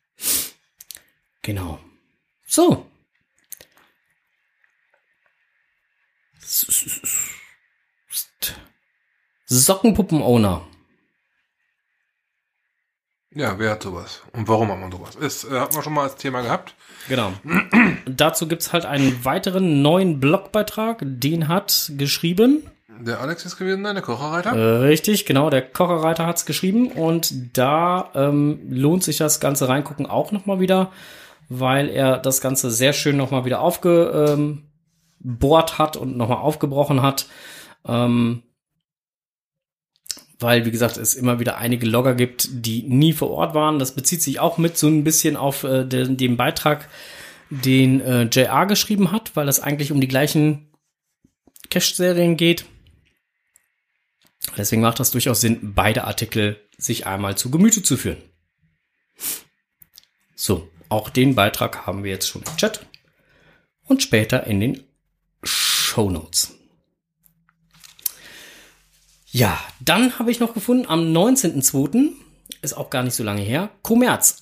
Genau. So. Sockenpuppen-Owner. Ja, wer hat sowas? Und warum hat man sowas? Hat man schon mal als Thema gehabt. Genau. Dazu gibt's halt einen weiteren neuen Blogbeitrag, den hat geschrieben Der Alex ist gewesen, der Kocherreiter? Richtig, genau, der Kocherreiter hat's geschrieben und da lohnt sich das ganze Reingucken auch nochmal wieder, weil er das Ganze sehr schön nochmal wieder aufgebohrt hat und nochmal aufgebrochen hat, weil, wie gesagt, es immer wieder einige Logger gibt, die nie vor Ort waren. Das bezieht sich auch mit so ein bisschen auf den Beitrag, den JR geschrieben hat, weil es eigentlich um die gleichen Cache-Serien geht. Deswegen macht das durchaus Sinn, beide Artikel sich einmal zu Gemüte zu führen. So, auch den Beitrag haben wir jetzt schon im Chat und später in den Shownotes. Ja, dann habe ich noch gefunden, am 19.02., ist auch gar nicht so lange her, Kommerz.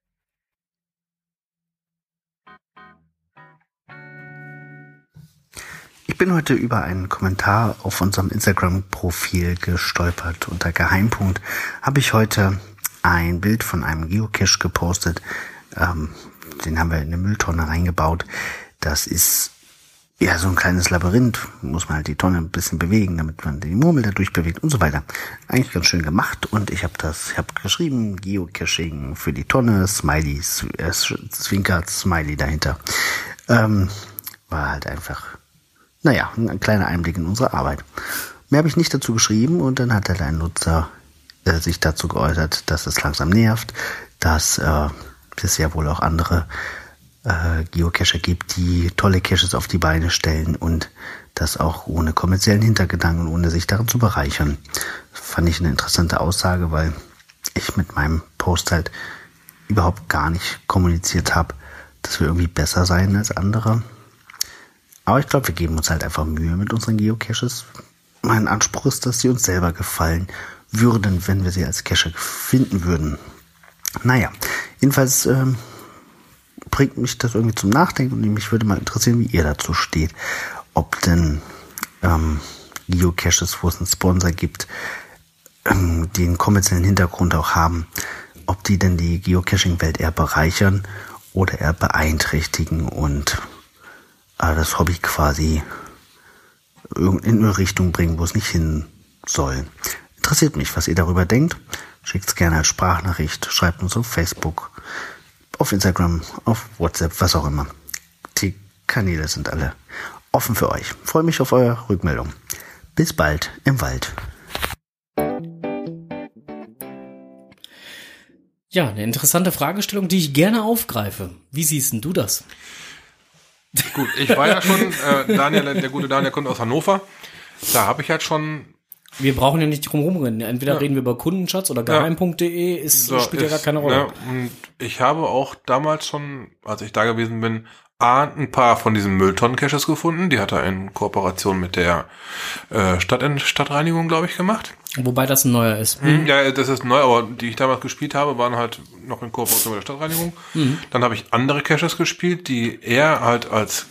Ich bin heute über einen Kommentar auf unserem Instagram-Profil gestolpert. Unter Geheimpunkt habe ich heute ein Bild von einem Geocache gepostet. Den haben wir in eine Mülltonne reingebaut. Das ist ja so ein kleines Labyrinth. Muss man halt die Tonne ein bisschen bewegen, damit man die Murmel da durchbewegt und so weiter. Eigentlich ganz schön gemacht. Und ich habe geschrieben, Geocaching für die Tonne, Smiley, Zwinkert, Smiley dahinter. War halt einfach, naja, ein kleiner Einblick in unsere Arbeit. Mehr habe ich nicht dazu geschrieben und dann hat halt ein Nutzer sich dazu geäußert, dass es langsam nervt, dass es ja wohl auch andere Geocacher gibt, die tolle Caches auf die Beine stellen und das auch ohne kommerziellen Hintergedanken und ohne sich daran zu bereichern. Fand ich eine interessante Aussage, weil ich mit meinem Post halt überhaupt gar nicht kommuniziert habe, dass wir irgendwie besser seien als andere. Aber ich glaube, wir geben uns halt einfach Mühe mit unseren Geocaches. Mein Anspruch ist, dass sie uns selber gefallen würden, wenn wir sie als Cacher finden würden. Naja, jedenfalls bringt mich das irgendwie zum Nachdenken und mich würde mal interessieren, wie ihr dazu steht. Ob denn Geocaches, wo es einen Sponsor gibt, die einen kommerziellen Hintergrund auch haben, ob die denn die Geocaching-Welt eher bereichern oder eher beeinträchtigen und das Hobby quasi in eine Richtung bringen, wo es nicht hin soll. Interessiert mich, was ihr darüber denkt. Schickt's gerne als Sprachnachricht, schreibt uns auf Facebook, auf Instagram, auf WhatsApp, was auch immer. Die Kanäle sind alle offen für euch. Freue mich auf eure Rückmeldung. Bis bald im Wald. Ja, eine interessante Fragestellung, die ich gerne aufgreife. Wie siehst denn du das? Gut, ich war ja schon, der gute Daniel kommt aus Hannover. Da habe ich halt schon... Wir brauchen ja nicht drum rumrennen. Entweder reden wir über Kundenschatz oder geheim.de, spielt ja gar keine Rolle. Ne, und ich habe auch damals schon, als ich da gewesen bin, ein paar von diesen Mülltonnen-Caches gefunden. Die hat er in Kooperation mit der Stadtreinigung, glaube ich, gemacht. Wobei das ein neuer ist. Ja, das ist neu, aber die ich damals gespielt habe, waren halt noch in Kooperation mit der Stadtreinigung. Dann habe ich andere Caches gespielt, die er halt als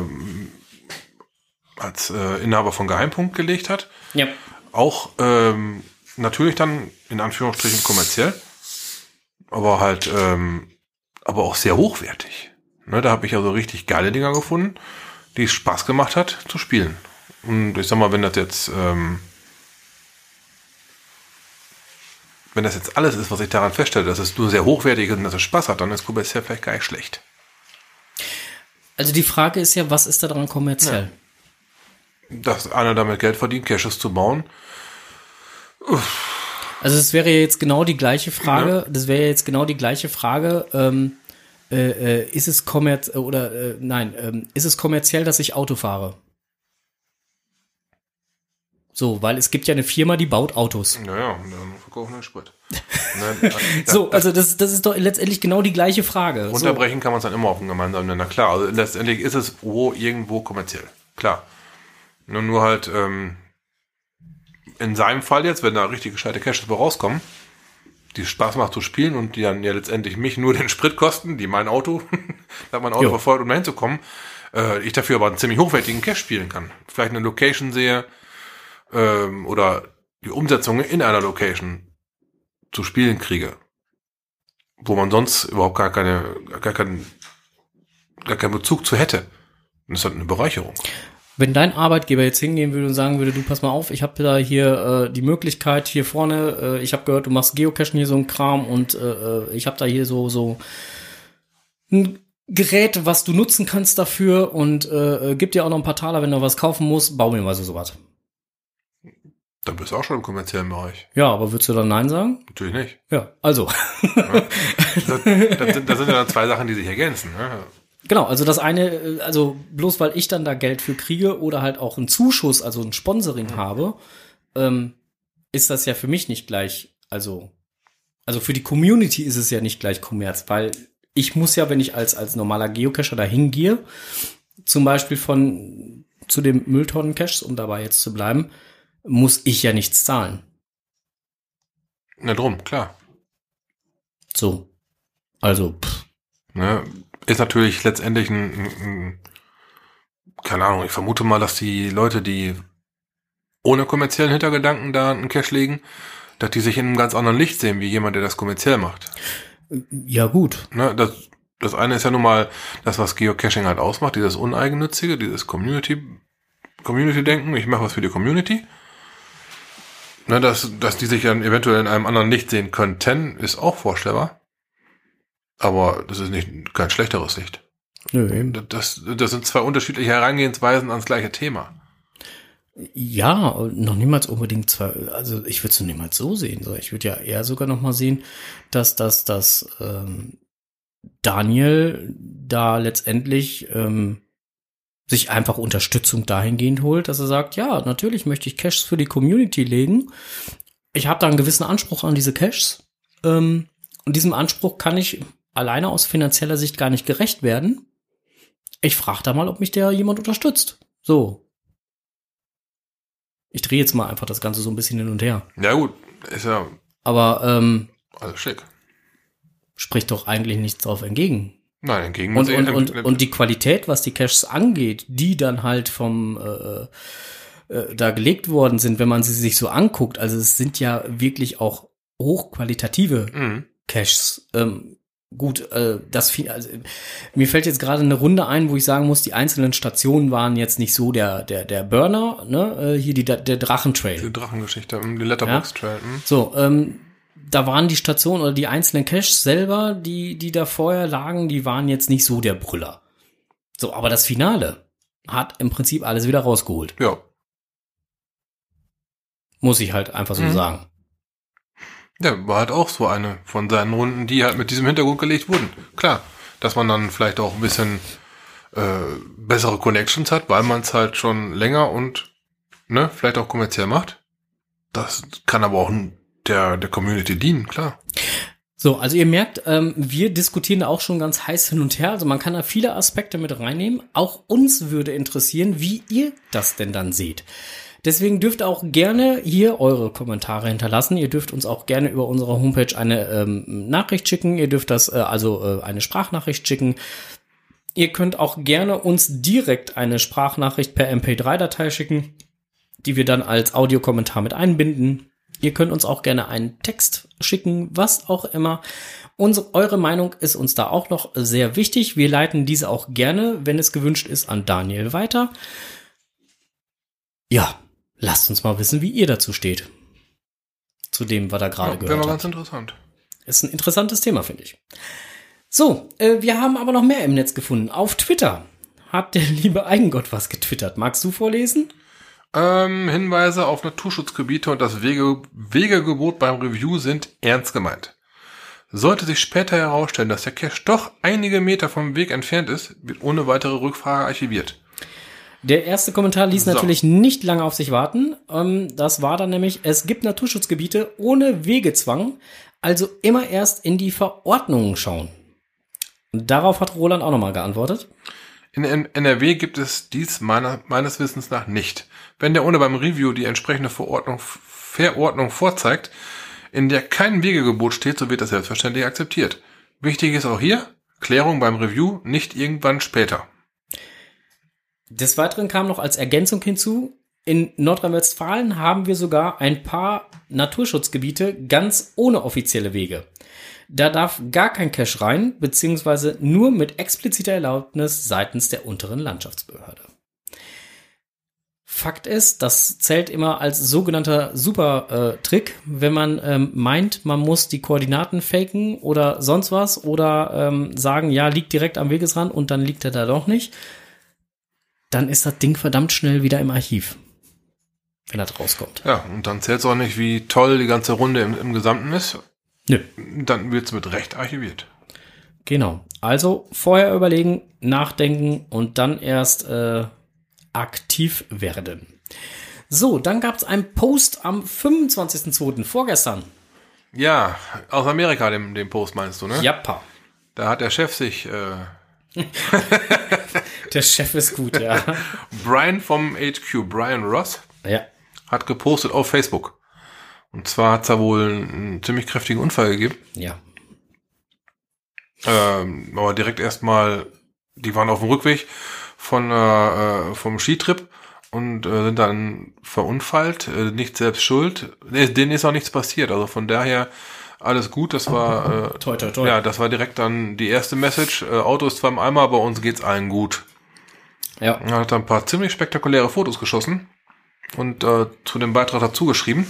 Inhaber von Geheimpunkt gelegt hat. Ja. Auch natürlich dann in Anführungsstrichen kommerziell, aber halt aber auch sehr hochwertig. Ne, da habe ich also richtig geile Dinger gefunden, die es Spaß gemacht hat zu spielen. Und ich sag mal, wenn das jetzt alles ist, was ich daran feststelle, dass es nur sehr hochwertig ist und dass es Spaß hat, dann ist kommerziell vielleicht gar nicht schlecht. Also die Frage ist ja, was ist da dran kommerziell? Ja. Dass einer damit Geld verdient, Caches zu bauen. Also es wäre jetzt genau die gleiche Frage. Ja. Das wäre jetzt genau die gleiche Frage. Ist es ist es kommerziell, dass ich Auto fahre? So, weil es gibt ja eine Firma, die baut Autos. Naja, dann verkaufen wir Sprit. So, also das ist doch letztendlich genau die gleiche Frage. Unterbrechen kann man es dann immer auf einen gemeinsamen Nenner. Klar, also letztendlich ist es irgendwo kommerziell. Klar. Nur halt in seinem Fall jetzt, wenn da richtig gescheite Caches bei rauskommen, die Spaß macht zu spielen und die dann ja letztendlich mich nur den Sprit kosten, die mein Auto, da mein Auto verfolgt, um da hinzukommen, ich dafür aber einen ziemlich hochwertigen Cache spielen kann. Vielleicht eine Location sehe oder die Umsetzung in einer Location zu spielen kriege, wo man sonst überhaupt gar keinen Bezug zu hätte. Und das ist halt eine Bereicherung. Wenn dein Arbeitgeber jetzt hingehen würde und sagen würde, du pass mal auf, ich habe da hier die Möglichkeit hier vorne, ich habe gehört, du machst Geocachen hier so ein Kram und ich habe da hier so ein Gerät, was du nutzen kannst dafür und gib dir auch noch ein paar Taler, wenn du was kaufen musst, bau mir mal sowas. Dann bist du auch schon im kommerziellen Bereich. Ja, aber würdest du dann Nein sagen? Natürlich nicht. Ja, also. Ja. Das sind ja dann zwei Sachen, die sich ergänzen. Ne? Genau, also das eine, also bloß weil ich dann da Geld für kriege oder halt auch einen Zuschuss, also ein Sponsoring habe, ist das ja für mich nicht gleich, also für die Community ist es ja nicht gleich Kommerz, weil ich muss ja, wenn ich als normaler Geocacher da hingehe, zum Beispiel zu dem Mülltonnen-Caches, um dabei jetzt zu bleiben, muss ich ja nichts zahlen. Na drum, klar. So. Also, ne, ist natürlich letztendlich keine Ahnung, ich vermute mal, dass die Leute, die ohne kommerziellen Hintergedanken da einen Cache legen, dass die sich in einem ganz anderen Licht sehen, wie jemand, der das kommerziell macht. Ja, gut. Ne, das eine ist ja nun mal das, was Geocaching halt ausmacht, dieses Uneigennützige, dieses Community-Denken, ich mache was für die Community. Ne, dass die sich dann eventuell in einem anderen Licht sehen könnten, ist auch vorstellbar. Aber das ist kein schlechteres Licht. Nö, eben. Das sind zwei unterschiedliche Herangehensweisen ans gleiche Thema. Ja, noch niemals unbedingt zwei, also ich würde es noch niemals so sehen. So, ich würde ja eher sogar noch mal sehen, dass Daniel da letztendlich sich einfach Unterstützung dahingehend holt, dass er sagt, ja, natürlich möchte ich Caches für die Community legen. Ich habe da einen gewissen Anspruch an diese Caches. Und diesem Anspruch kann ich alleine aus finanzieller Sicht gar nicht gerecht werden. Ich frage da mal, ob mich da jemand unterstützt. So. Ich drehe jetzt mal einfach das Ganze so ein bisschen hin und her. Ja gut, ist ja... Aber alles schick. spricht doch eigentlich nichts drauf entgegen. Nein, entgegen. Und die Qualität, was die Caches angeht, die dann halt da gelegt worden sind, wenn man sie sich so anguckt, also es sind ja wirklich auch hochqualitative Caches. Gut, also, mir fällt jetzt gerade eine Runde ein, wo ich sagen muss, die einzelnen Stationen waren jetzt nicht so der Burner, ne? Hier der Drachentrail. Die Drachengeschichte, die Letterbox-Trail. So, da waren die Stationen oder die einzelnen Caches selber, die da vorher lagen, die waren jetzt nicht so der Brüller. So, aber das Finale hat im Prinzip alles wieder rausgeholt. Ja. Muss ich halt einfach so sagen. Ja, war halt auch so eine von seinen Runden, die halt mit diesem Hintergrund gelegt wurden. Klar, dass man dann vielleicht auch ein bisschen bessere Connections hat, weil man es halt schon länger und vielleicht auch kommerziell macht. Das kann aber auch der Community dienen, klar. So, also ihr merkt, wir diskutieren da auch schon ganz heiß hin und her. Also man kann da viele Aspekte mit reinnehmen. Auch uns würde interessieren, wie ihr das denn dann seht. Deswegen dürft ihr auch gerne hier eure Kommentare hinterlassen. Ihr dürft uns auch gerne über unsere Homepage eine Nachricht schicken. Ihr dürft das eine Sprachnachricht schicken. Ihr könnt auch gerne uns direkt eine Sprachnachricht per MP3-Datei schicken, die wir dann als Audiokommentar mit einbinden. Ihr könnt uns auch gerne einen Text schicken, was auch immer. Eure Meinung ist uns da auch noch sehr wichtig. Wir leiten diese auch gerne, wenn es gewünscht ist, an Daniel weiter. Ja, lasst uns mal wissen, wie ihr dazu steht. Zu dem, was da gerade gehört wäre mal hat. ganz interessant. Ist ein interessantes Thema, finde ich. So, wir haben aber noch mehr im Netz gefunden. Auf Twitter hat der liebe Eigengott was getwittert. Magst du vorlesen? Hinweise auf Naturschutzgebiete und das Wegegebot beim Review sind ernst gemeint. Sollte sich später herausstellen, dass der Cache doch einige Meter vom Weg entfernt ist, wird ohne weitere Rückfrage archiviert. Der erste Kommentar ließ natürlich nicht lange auf sich warten. Das war dann nämlich, es gibt Naturschutzgebiete ohne Wegezwang, also immer erst in die Verordnungen schauen. Und darauf hat Roland auch nochmal geantwortet. In NRW gibt es dies meines Wissens nach nicht. Wenn der ohne beim Review die entsprechende Verordnung vorzeigt, in der kein Wegegebot steht, so wird das selbstverständlich akzeptiert. Wichtig ist auch hier, Klärung beim Review, nicht irgendwann später. Des Weiteren kam noch als Ergänzung hinzu, in Nordrhein-Westfalen haben wir sogar ein paar Naturschutzgebiete ganz ohne offizielle Wege. Da darf gar kein Cache rein, beziehungsweise nur mit expliziter Erlaubnis seitens der unteren Landschaftsbehörde. Fakt ist, das zählt immer als sogenannter Super-Trick, wenn man meint, man muss die Koordinaten faken oder sonst was oder sagen, ja, liegt direkt am Wegesrand und dann liegt er da doch nicht. Dann ist das Ding verdammt schnell wieder im Archiv, wenn das rauskommt. Ja, und dann zählt es auch nicht, wie toll die ganze Runde im Gesamten ist. Nö. Dann wird es mit Recht archiviert. Genau. Also vorher überlegen, nachdenken und dann erst aktiv werden. So, dann gab es einen Post am 25.02. vorgestern. Ja, aus Amerika, den Post meinst du, ne? Jappa. Da hat der Chef sich... Der Chef ist gut, ja. Brian vom HQ, Brian Ross, Ja. hat gepostet auf Facebook. Und zwar hat es da wohl einen ziemlich kräftigen Unfall gegeben. Ja. Aber direkt erstmal, die waren auf dem Rückweg vom Skitrip und sind dann verunfallt, nicht selbst schuld. Denen ist auch nichts passiert, also von daher alles gut. Das war Toi, toi, toi. Ja, das war direkt dann die erste Message. Auto ist zwar im Eimer, aber uns geht's allen gut. Ja. Er hat ein paar ziemlich spektakuläre Fotos geschossen und zu dem Beitrag dazugestellt.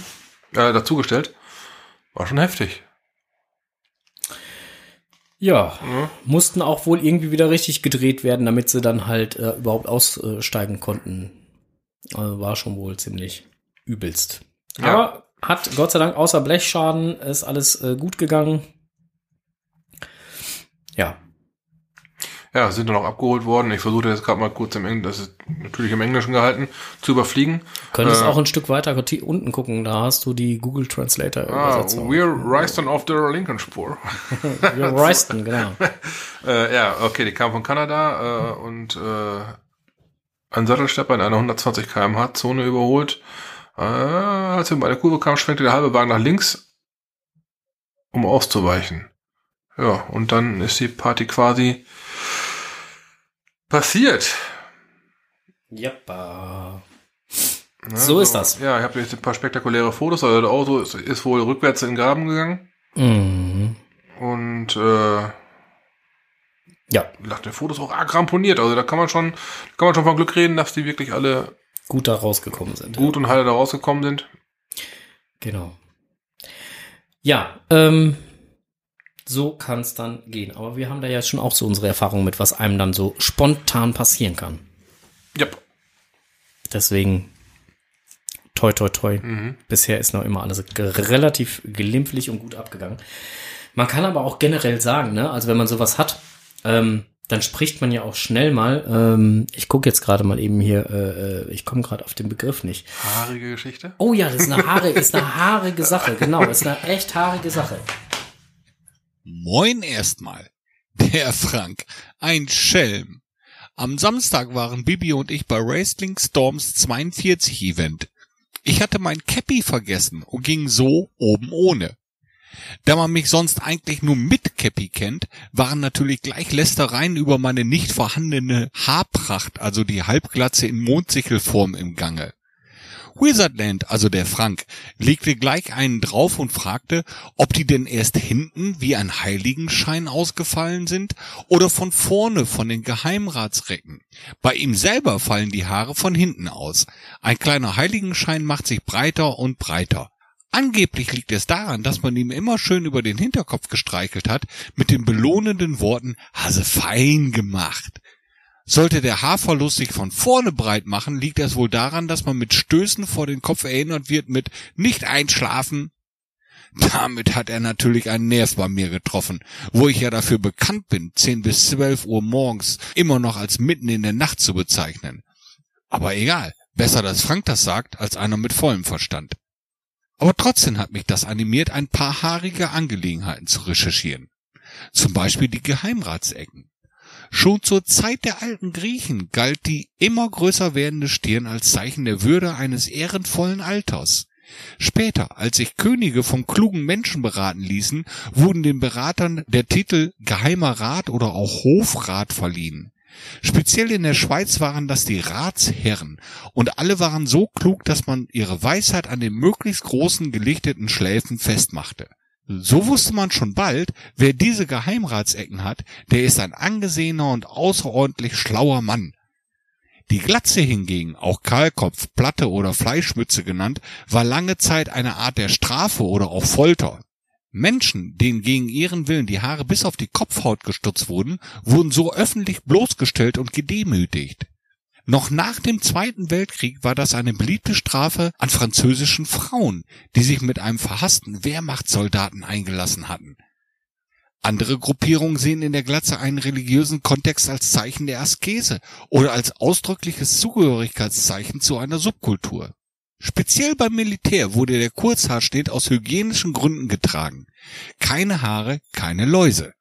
War schon heftig. Ja, mussten auch wohl irgendwie wieder richtig gedreht werden, damit sie dann halt überhaupt aussteigen konnten. Also war schon wohl ziemlich übelst. Ja. Aber hat Gott sei Dank außer Blechschaden ist alles gut gegangen. Ja. Ja, sind dann auch abgeholt worden. Ich versuche jetzt gerade mal kurz das ist natürlich im Englischen gehalten, zu überfliegen. Könntest auch ein Stück weiter unten gucken, da hast du die Google Translator Übersetzung. We're Royston of the Lincolnspur. We're Royston, genau. Ja, okay, die kam von Kanada und ein Sattelstepper in einer 120 km/h Zone überholt. Als wir bei der Kurve kamen, schwenkte der halbe Wagen nach links, um auszuweichen. Ja, und dann ist die Party quasi passiert. Jappa. Ne, So ist das. Ja, ich habe jetzt ein paar spektakuläre Fotos. Also das Auto ist wohl rückwärts in den Graben gegangen. Mhm. Und Ja, nach den Fotos auch arg ramponiert. Also da kann man schon von Glück reden, dass die wirklich alle gut da rausgekommen sind. gut und heile da rausgekommen sind. Genau. Ja, so kann es dann gehen. Aber wir haben da ja schon auch so unsere Erfahrungen mit, was einem dann so spontan passieren kann. Yep. Deswegen toi, toi, toi. Bisher ist noch immer alles relativ glimpflich und gut abgegangen. Man kann aber auch generell sagen, ne, also wenn man sowas hat, dann spricht man ja auch schnell mal, ich gucke jetzt gerade mal eben hier, ich komme gerade auf den Begriff nicht. Haarige Geschichte? Oh ja, das ist eine haarige Sache, genau, ist eine echt haarige Sache. Moin erstmal. Der Frank, ein Schelm. Am Samstag waren Bibi und ich bei Wrestling Storms 42 Event. Ich hatte mein Cappy vergessen und ging so oben ohne. Da man mich sonst eigentlich nur mit Cappy kennt, waren natürlich gleich Lästereien über meine nicht vorhandene Haarpracht, also die Halbglatze in Mondsichelform im Gange. Wizardland, also der Frank, legte gleich einen drauf und fragte, ob die denn erst hinten wie ein Heiligenschein ausgefallen sind oder von vorne von den Geheimratsrecken. Bei ihm selber fallen die Haare von hinten aus. Ein kleiner Heiligenschein macht sich breiter und breiter. Angeblich liegt es daran, dass man ihm immer schön über den Hinterkopf gestreichelt hat, mit den belohnenden Worten »Hase fein gemacht«. Sollte der Haarverlust sich von vorne breit machen, liegt es wohl daran, dass man mit Stößen vor den Kopf erinnert wird mit »Nicht einschlafen«. Damit hat er natürlich einen Nerv bei mir getroffen, wo ich ja dafür bekannt bin, 10 bis 12 Uhr morgens immer noch als mitten in der Nacht zu bezeichnen. Aber egal, besser, dass Frank das sagt, als einer mit vollem Verstand. Aber trotzdem hat mich das animiert, ein paar haarige Angelegenheiten zu recherchieren. Zum Beispiel die Geheimratsecken. Schon zur Zeit der alten Griechen galt die immer größer werdende Stirn als Zeichen der Würde eines ehrenvollen Alters. Später, als sich Könige vom klugen Menschen beraten ließen, wurden den Beratern der Titel Geheimer Rat oder auch Hofrat verliehen. Speziell in der Schweiz waren das die Ratsherren, und alle waren so klug, dass man ihre Weisheit an den möglichst großen gelichteten Schläfen festmachte. So wusste man schon bald, wer diese Geheimratsecken hat, der ist ein angesehener und außerordentlich schlauer Mann. Die Glatze hingegen, auch Kahlkopf, Platte oder Fleischmütze genannt, war lange Zeit eine Art der Strafe oder auch Folter. Menschen, denen gegen ihren Willen die Haare bis auf die Kopfhaut gestutzt wurden, wurden so öffentlich bloßgestellt und gedemütigt. Noch nach dem Zweiten Weltkrieg war das eine beliebte Strafe an französischen Frauen, die sich mit einem verhassten Wehrmachtssoldaten eingelassen hatten. Andere Gruppierungen sehen in der Glatze einen religiösen Kontext als Zeichen der Askese oder als ausdrückliches Zugehörigkeitszeichen zu einer Subkultur. Speziell beim Militär wurde der Kurzhaarschnitt aus hygienischen Gründen getragen. Keine Haare, keine Läuse.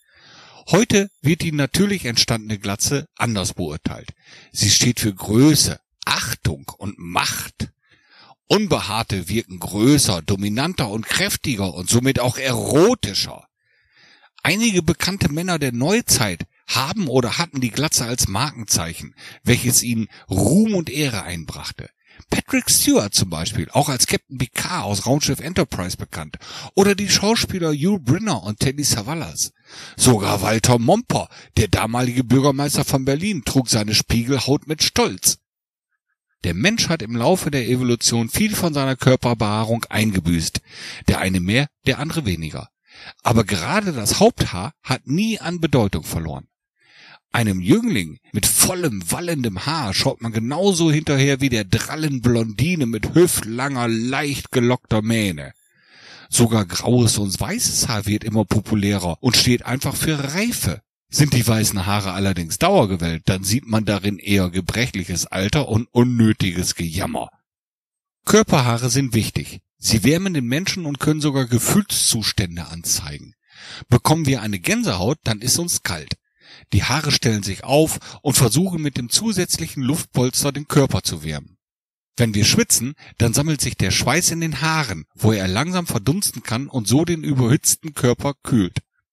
Heute wird die natürlich entstandene Glatze anders beurteilt. Sie steht für Größe, Achtung und Macht. Unbehaarte wirken größer, dominanter und kräftiger und somit auch erotischer. Einige bekannte Männer der Neuzeit haben oder hatten die Glatze als Markenzeichen, welches ihnen Ruhm und Ehre einbrachte. Patrick Stewart zum Beispiel, auch als Captain Picard aus Raumschiff Enterprise bekannt, oder die Schauspieler Yul Brynner und Telly Savalas. Sogar Walter Momper, der damalige Bürgermeister von Berlin, trug seine Spiegelhaut mit Stolz. Der Mensch hat im Laufe der Evolution viel von seiner Körperbehaarung eingebüßt, der eine mehr, der andere weniger. Aber gerade das Haupthaar hat nie an Bedeutung verloren. Einem Jüngling mit vollem, wallendem Haar schaut man genauso hinterher wie der drallen Blondine mit hüftlanger, leicht gelockter Mähne. Sogar graues und weißes Haar wird immer populärer und steht einfach für Reife. Sind die weißen Haare allerdings dauergewellt, dann sieht man darin eher gebrechliches Alter und unnötiges Gejammer. Körperhaare sind wichtig. Sie wärmen den Menschen und können sogar Gefühlszustände anzeigen. Bekommen wir eine Gänsehaut, dann ist uns kalt. Die Haare stellen sich auf und versuchen mit dem zusätzlichen Luftpolster den Körper zu wärmen. Wenn wir schwitzen, dann sammelt sich der Schweiß in den Haaren, wo er langsam verdunsten kann und so den überhitzten Körper kühlt.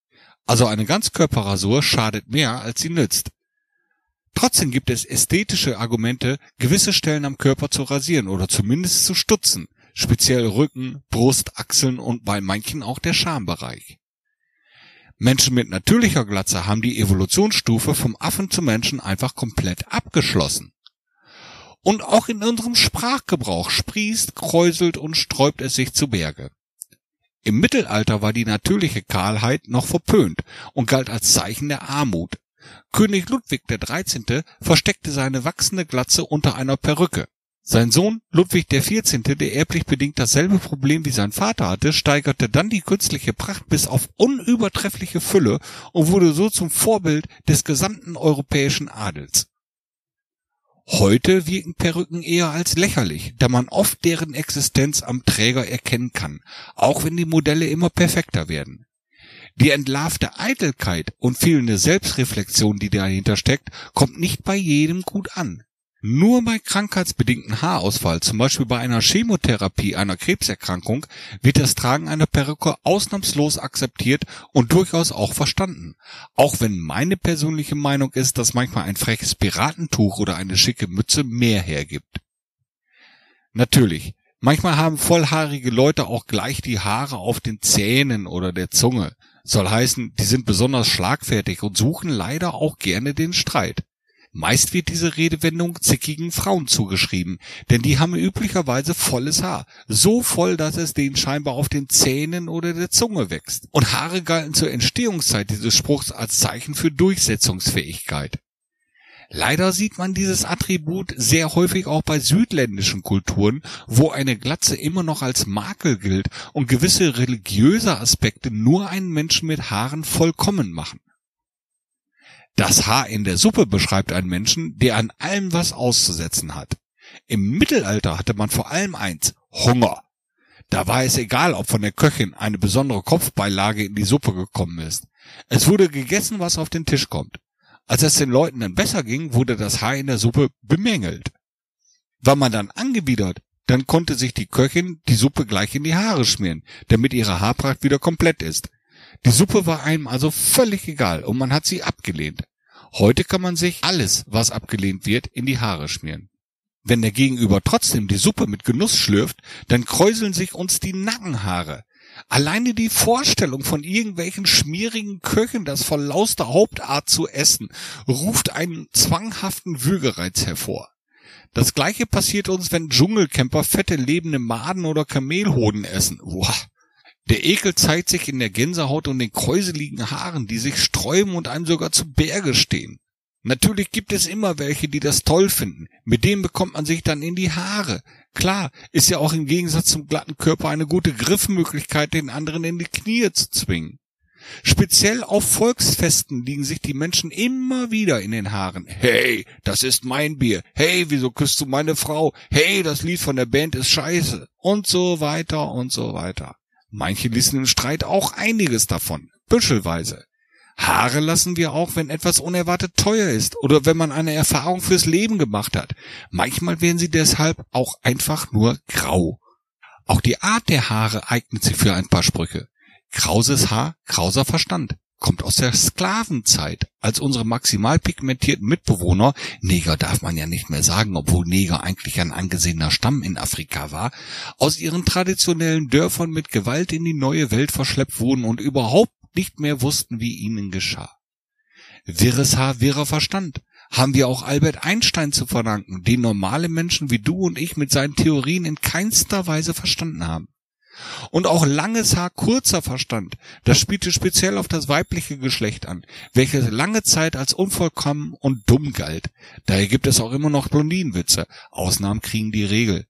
Also eine Ganzkörperrasur schadet mehr, als sie nützt. Trotzdem gibt es ästhetische Argumente, gewisse Stellen am Körper zu rasieren oder zumindest zu stutzen, speziell Rücken, Brust, Achseln und bei manchen auch der Schambereich. Menschen mit natürlicher Glatze haben die Evolutionsstufe vom Affen zum Menschen einfach komplett abgeschlossen. Und auch in unserem Sprachgebrauch sprießt, kräuselt und sträubt es sich zu Berge. Im Mittelalter war die natürliche Kahlheit noch verpönt und galt als Zeichen der Armut. König Ludwig XIII. Versteckte seine wachsende Glatze unter einer Perücke. Sein Sohn Ludwig XIV., der erblich bedingt dasselbe Problem wie sein Vater hatte, steigerte dann die künstliche Pracht bis auf unübertreffliche Fülle und wurde so zum Vorbild des gesamten europäischen Adels. Heute wirken Perücken eher als lächerlich, da man oft deren Existenz am Träger erkennen kann, auch wenn die Modelle immer perfekter werden. Die entlarvte Eitelkeit und fehlende Selbstreflexion, die dahinter steckt, kommt nicht bei jedem gut an. Nur bei krankheitsbedingten Haarausfall, zum Beispiel bei einer Chemotherapie einer Krebserkrankung, wird das Tragen einer Perücke ausnahmslos akzeptiert und durchaus auch verstanden. Auch wenn meine persönliche Meinung ist, dass manchmal ein freches Piratentuch oder eine schicke Mütze mehr hergibt. Natürlich, manchmal haben vollhaarige Leute auch gleich die Haare auf den Zähnen oder der Zunge. Soll heißen, die sind besonders schlagfertig und suchen leider auch gerne den Streit. Meist wird diese Redewendung zickigen Frauen zugeschrieben, denn die haben üblicherweise volles Haar. So voll, dass es denen scheinbar auf den Zähnen oder der Zunge wächst. Und Haare galten zur Entstehungszeit dieses Spruchs als Zeichen für Durchsetzungsfähigkeit. Leider sieht man dieses Attribut sehr häufig auch bei südländischen Kulturen, wo eine Glatze immer noch als Makel gilt und gewisse religiöse Aspekte nur einen Menschen mit Haaren vollkommen machen. Das Haar in der Suppe beschreibt einen Menschen, der an allem was auszusetzen hat. Im Mittelalter hatte man vor allem eins: Hunger. Da war es egal, ob von der Köchin eine besondere Kopfbeilage in die Suppe gekommen ist. Es wurde gegessen, was auf den Tisch kommt. Als es den Leuten dann besser ging, wurde das Haar in der Suppe bemängelt. War man dann angewidert, dann konnte sich die Köchin die Suppe gleich in die Haare schmieren, damit ihre Haarpracht wieder komplett ist. Die Suppe war einem also völlig egal und man hat sie abgelehnt. Heute kann man sich alles, was abgelehnt wird, in die Haare schmieren. Wenn der Gegenüber trotzdem die Suppe mit Genuss schlürft, dann kräuseln sich uns die Nackenhaare. Alleine die Vorstellung von irgendwelchen schmierigen Köchen, das verlauste Hauptart zu essen, ruft einen zwanghaften Würgereiz hervor. Das Gleiche passiert uns, wenn Dschungelcamper fette lebende Maden oder Kamelhoden essen. Uah. Der Ekel zeigt sich in der Gänsehaut und den kräuseligen Haaren, die sich sträuben und einem sogar zu Berge stehen. Natürlich gibt es immer welche, die das toll finden. Mit denen bekommt man sich dann in die Haare. Klar, ist ja auch im Gegensatz zum glatten Körper eine gute Griffmöglichkeit, den anderen in die Knie zu zwingen. Speziell auf Volksfesten liegen sich die Menschen immer wieder in den Haaren. Hey, das ist mein Bier. Hey, wieso küsst du meine Frau? Hey, das Lied von der Band ist scheiße. Und so weiter und so weiter. Manche ließen im Streit auch einiges davon, büschelweise. Haare lassen wir auch, wenn etwas unerwartet teuer ist oder wenn man eine Erfahrung fürs Leben gemacht hat. Manchmal werden sie deshalb auch einfach nur grau. Auch die Art der Haare eignet sich für ein paar Sprüche. Krauses Haar, krauser Verstand, kommt aus der Sklavenzeit, als unsere maximal pigmentierten Mitbewohner, Neger darf man ja nicht mehr sagen, obwohl Neger eigentlich ein angesehener Stamm in Afrika war, aus ihren traditionellen Dörfern mit Gewalt in die neue Welt verschleppt wurden und überhaupt nicht mehr wussten, wie ihnen geschah. Wirres Haar, wirrer Verstand, haben wir auch Albert Einstein zu verdanken, den normale Menschen wie du und ich mit seinen Theorien in keinster Weise verstanden haben. Und auch langes Haar, kurzer Verstand, das spielte speziell auf das weibliche Geschlecht an, welches lange Zeit als unvollkommen und dumm galt. Daher gibt es auch immer noch Blondinenwitze. Ausnahmen kriegen die Regel.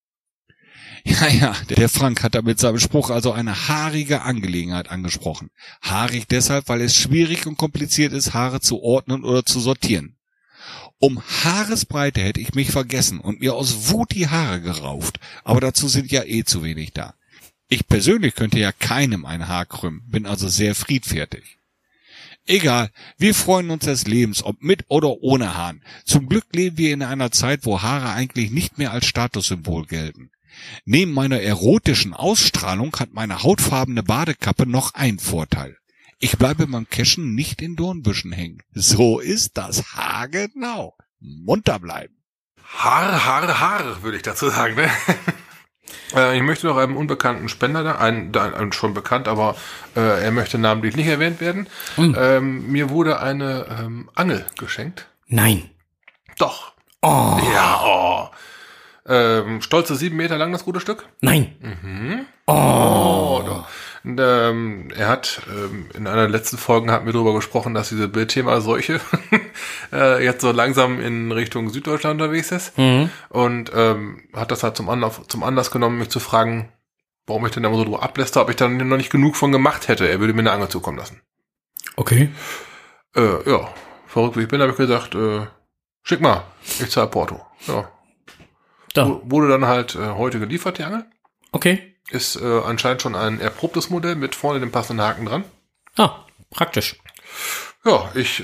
Ja, der Frank hat da mit seinem Spruch also eine haarige Angelegenheit angesprochen. Haarig deshalb, weil es schwierig und kompliziert ist, Haare zu ordnen oder zu sortieren. Um Haaresbreite hätte ich mich vergessen und mir aus Wut die Haare gerauft, aber dazu sind ja zu wenig da. Ich persönlich könnte ja keinem ein Haar krümmen, bin also sehr friedfertig. Egal, wir freuen uns des Lebens, ob mit oder ohne Haaren. Zum Glück leben wir in einer Zeit, wo Haare eigentlich nicht mehr als Statussymbol gelten. Neben meiner erotischen Ausstrahlung hat meine hautfarbene Badekappe noch einen Vorteil. Ich bleibe beim Cashen nicht in Dornbüschen hängen. So ist das haargenau. Munter bleiben. Har, würde ich dazu sagen, ne? Ich möchte noch einem unbekannten Spender, einen schon bekannt, aber er möchte namentlich nicht erwähnt werden. Mir wurde eine Angel geschenkt. Nein. Doch. Oh. Ja, stolze 7 Meter lang, das gute Stück. Nein. Oh, doch. Und, er hat in einer der letzten Folgen hat mir darüber gesprochen, dass diese Bildthema Seuche jetzt so langsam in Richtung Süddeutschland unterwegs ist. Und hat das halt zum Anlass genommen, mich zu fragen, warum ich denn da immer so drüber ablästere, ob ich dann noch nicht genug von gemacht hätte. Er würde mir eine Angel zukommen lassen. Okay. Ja, verrückt wie ich bin, habe ich gesagt, schick mal, ich zahle Porto. Ja. Da. Wurde dann halt heute geliefert, die Angel. Okay. Ist anscheinend schon ein erprobtes Modell mit vorne dem passenden Haken dran. Ah, praktisch. Ja, ich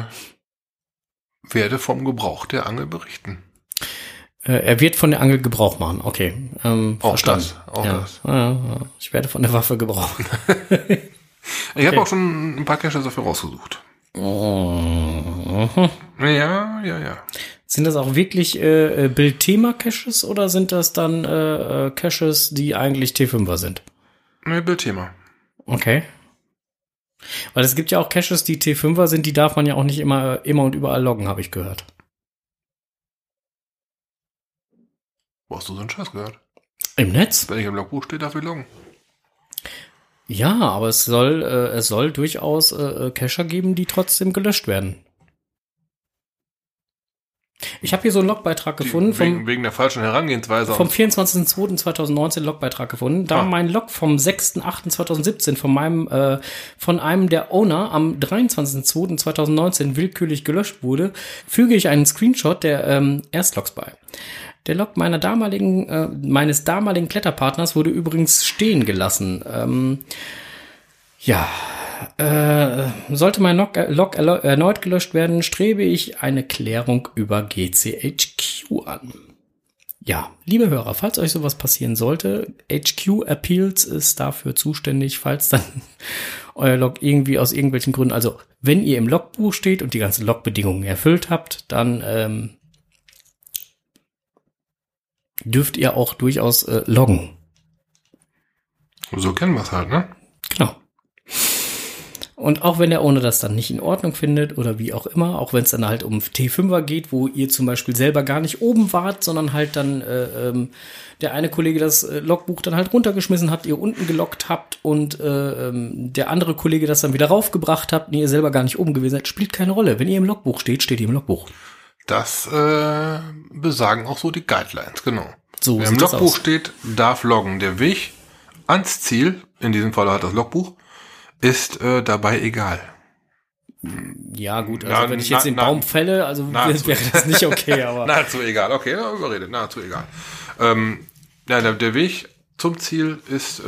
werde vom Gebrauch der Angel berichten. Er wird von der Angel Gebrauch machen. Okay. Auch verstanden. das. Auch ja. das. Ja. Ich werde von der Waffe Gebrauch. Ich habe auch schon ein paar Caches dafür rausgesucht. Ja. Sind das auch wirklich Bildthema-Caches oder sind das dann Caches, die eigentlich T5er sind? Ne, Bildthema. Okay. Weil es gibt ja auch Caches, die T5er sind, die darf man ja auch nicht immer und überall loggen, habe ich gehört. Wo hast du so einen Scheiß gehört? Im Netz? Wenn ich im Logbuch stehe, darf ich loggen. Ja, aber es soll durchaus Cacher geben, die trotzdem gelöscht werden. Ich habe hier so einen Logbeitrag gefunden. Wegen der falschen Herangehensweise. Vom 24.02.2019 Logbeitrag gefunden. Da mein Log vom 6.08.2017 von einem der Owner am 23.02.2019 willkürlich gelöscht wurde, füge ich einen Screenshot der Erstlogs bei. Der Log meines damaligen Kletterpartners wurde übrigens stehen gelassen. Sollte mein Log erneut gelöscht werden, strebe ich eine Klärung über GCHQ an. Ja, liebe Hörer, falls euch sowas passieren sollte, HQ Appeals ist dafür zuständig, falls dann euer Log irgendwie aus irgendwelchen Gründen, also wenn ihr im Logbuch steht und die ganzen Logbedingungen erfüllt habt, dann dürft ihr auch durchaus loggen. So kennen wir es halt, ne? Genau. Und auch wenn der Owner das dann nicht in Ordnung findet oder wie auch immer, auch wenn es dann halt um T5er geht, wo ihr zum Beispiel selber gar nicht oben wart, sondern halt dann der eine Kollege das Logbuch dann halt runtergeschmissen hat, ihr unten geloggt habt und der andere Kollege das dann wieder raufgebracht habt und ihr selber gar nicht oben gewesen seid, spielt keine Rolle. Wenn ihr im Logbuch steht, steht ihr im Logbuch. Das besagen auch so die Guidelines, genau. So wer im Logbuch steht, darf loggen. Der Weg ans Ziel, in diesem Fall halt das Logbuch, ist dabei egal. Ja, gut, also wenn ich jetzt den Baum fälle, also wäre das nicht okay, aber. Nahezu egal, okay, überredet, nahezu egal. Der Weg zum Ziel ist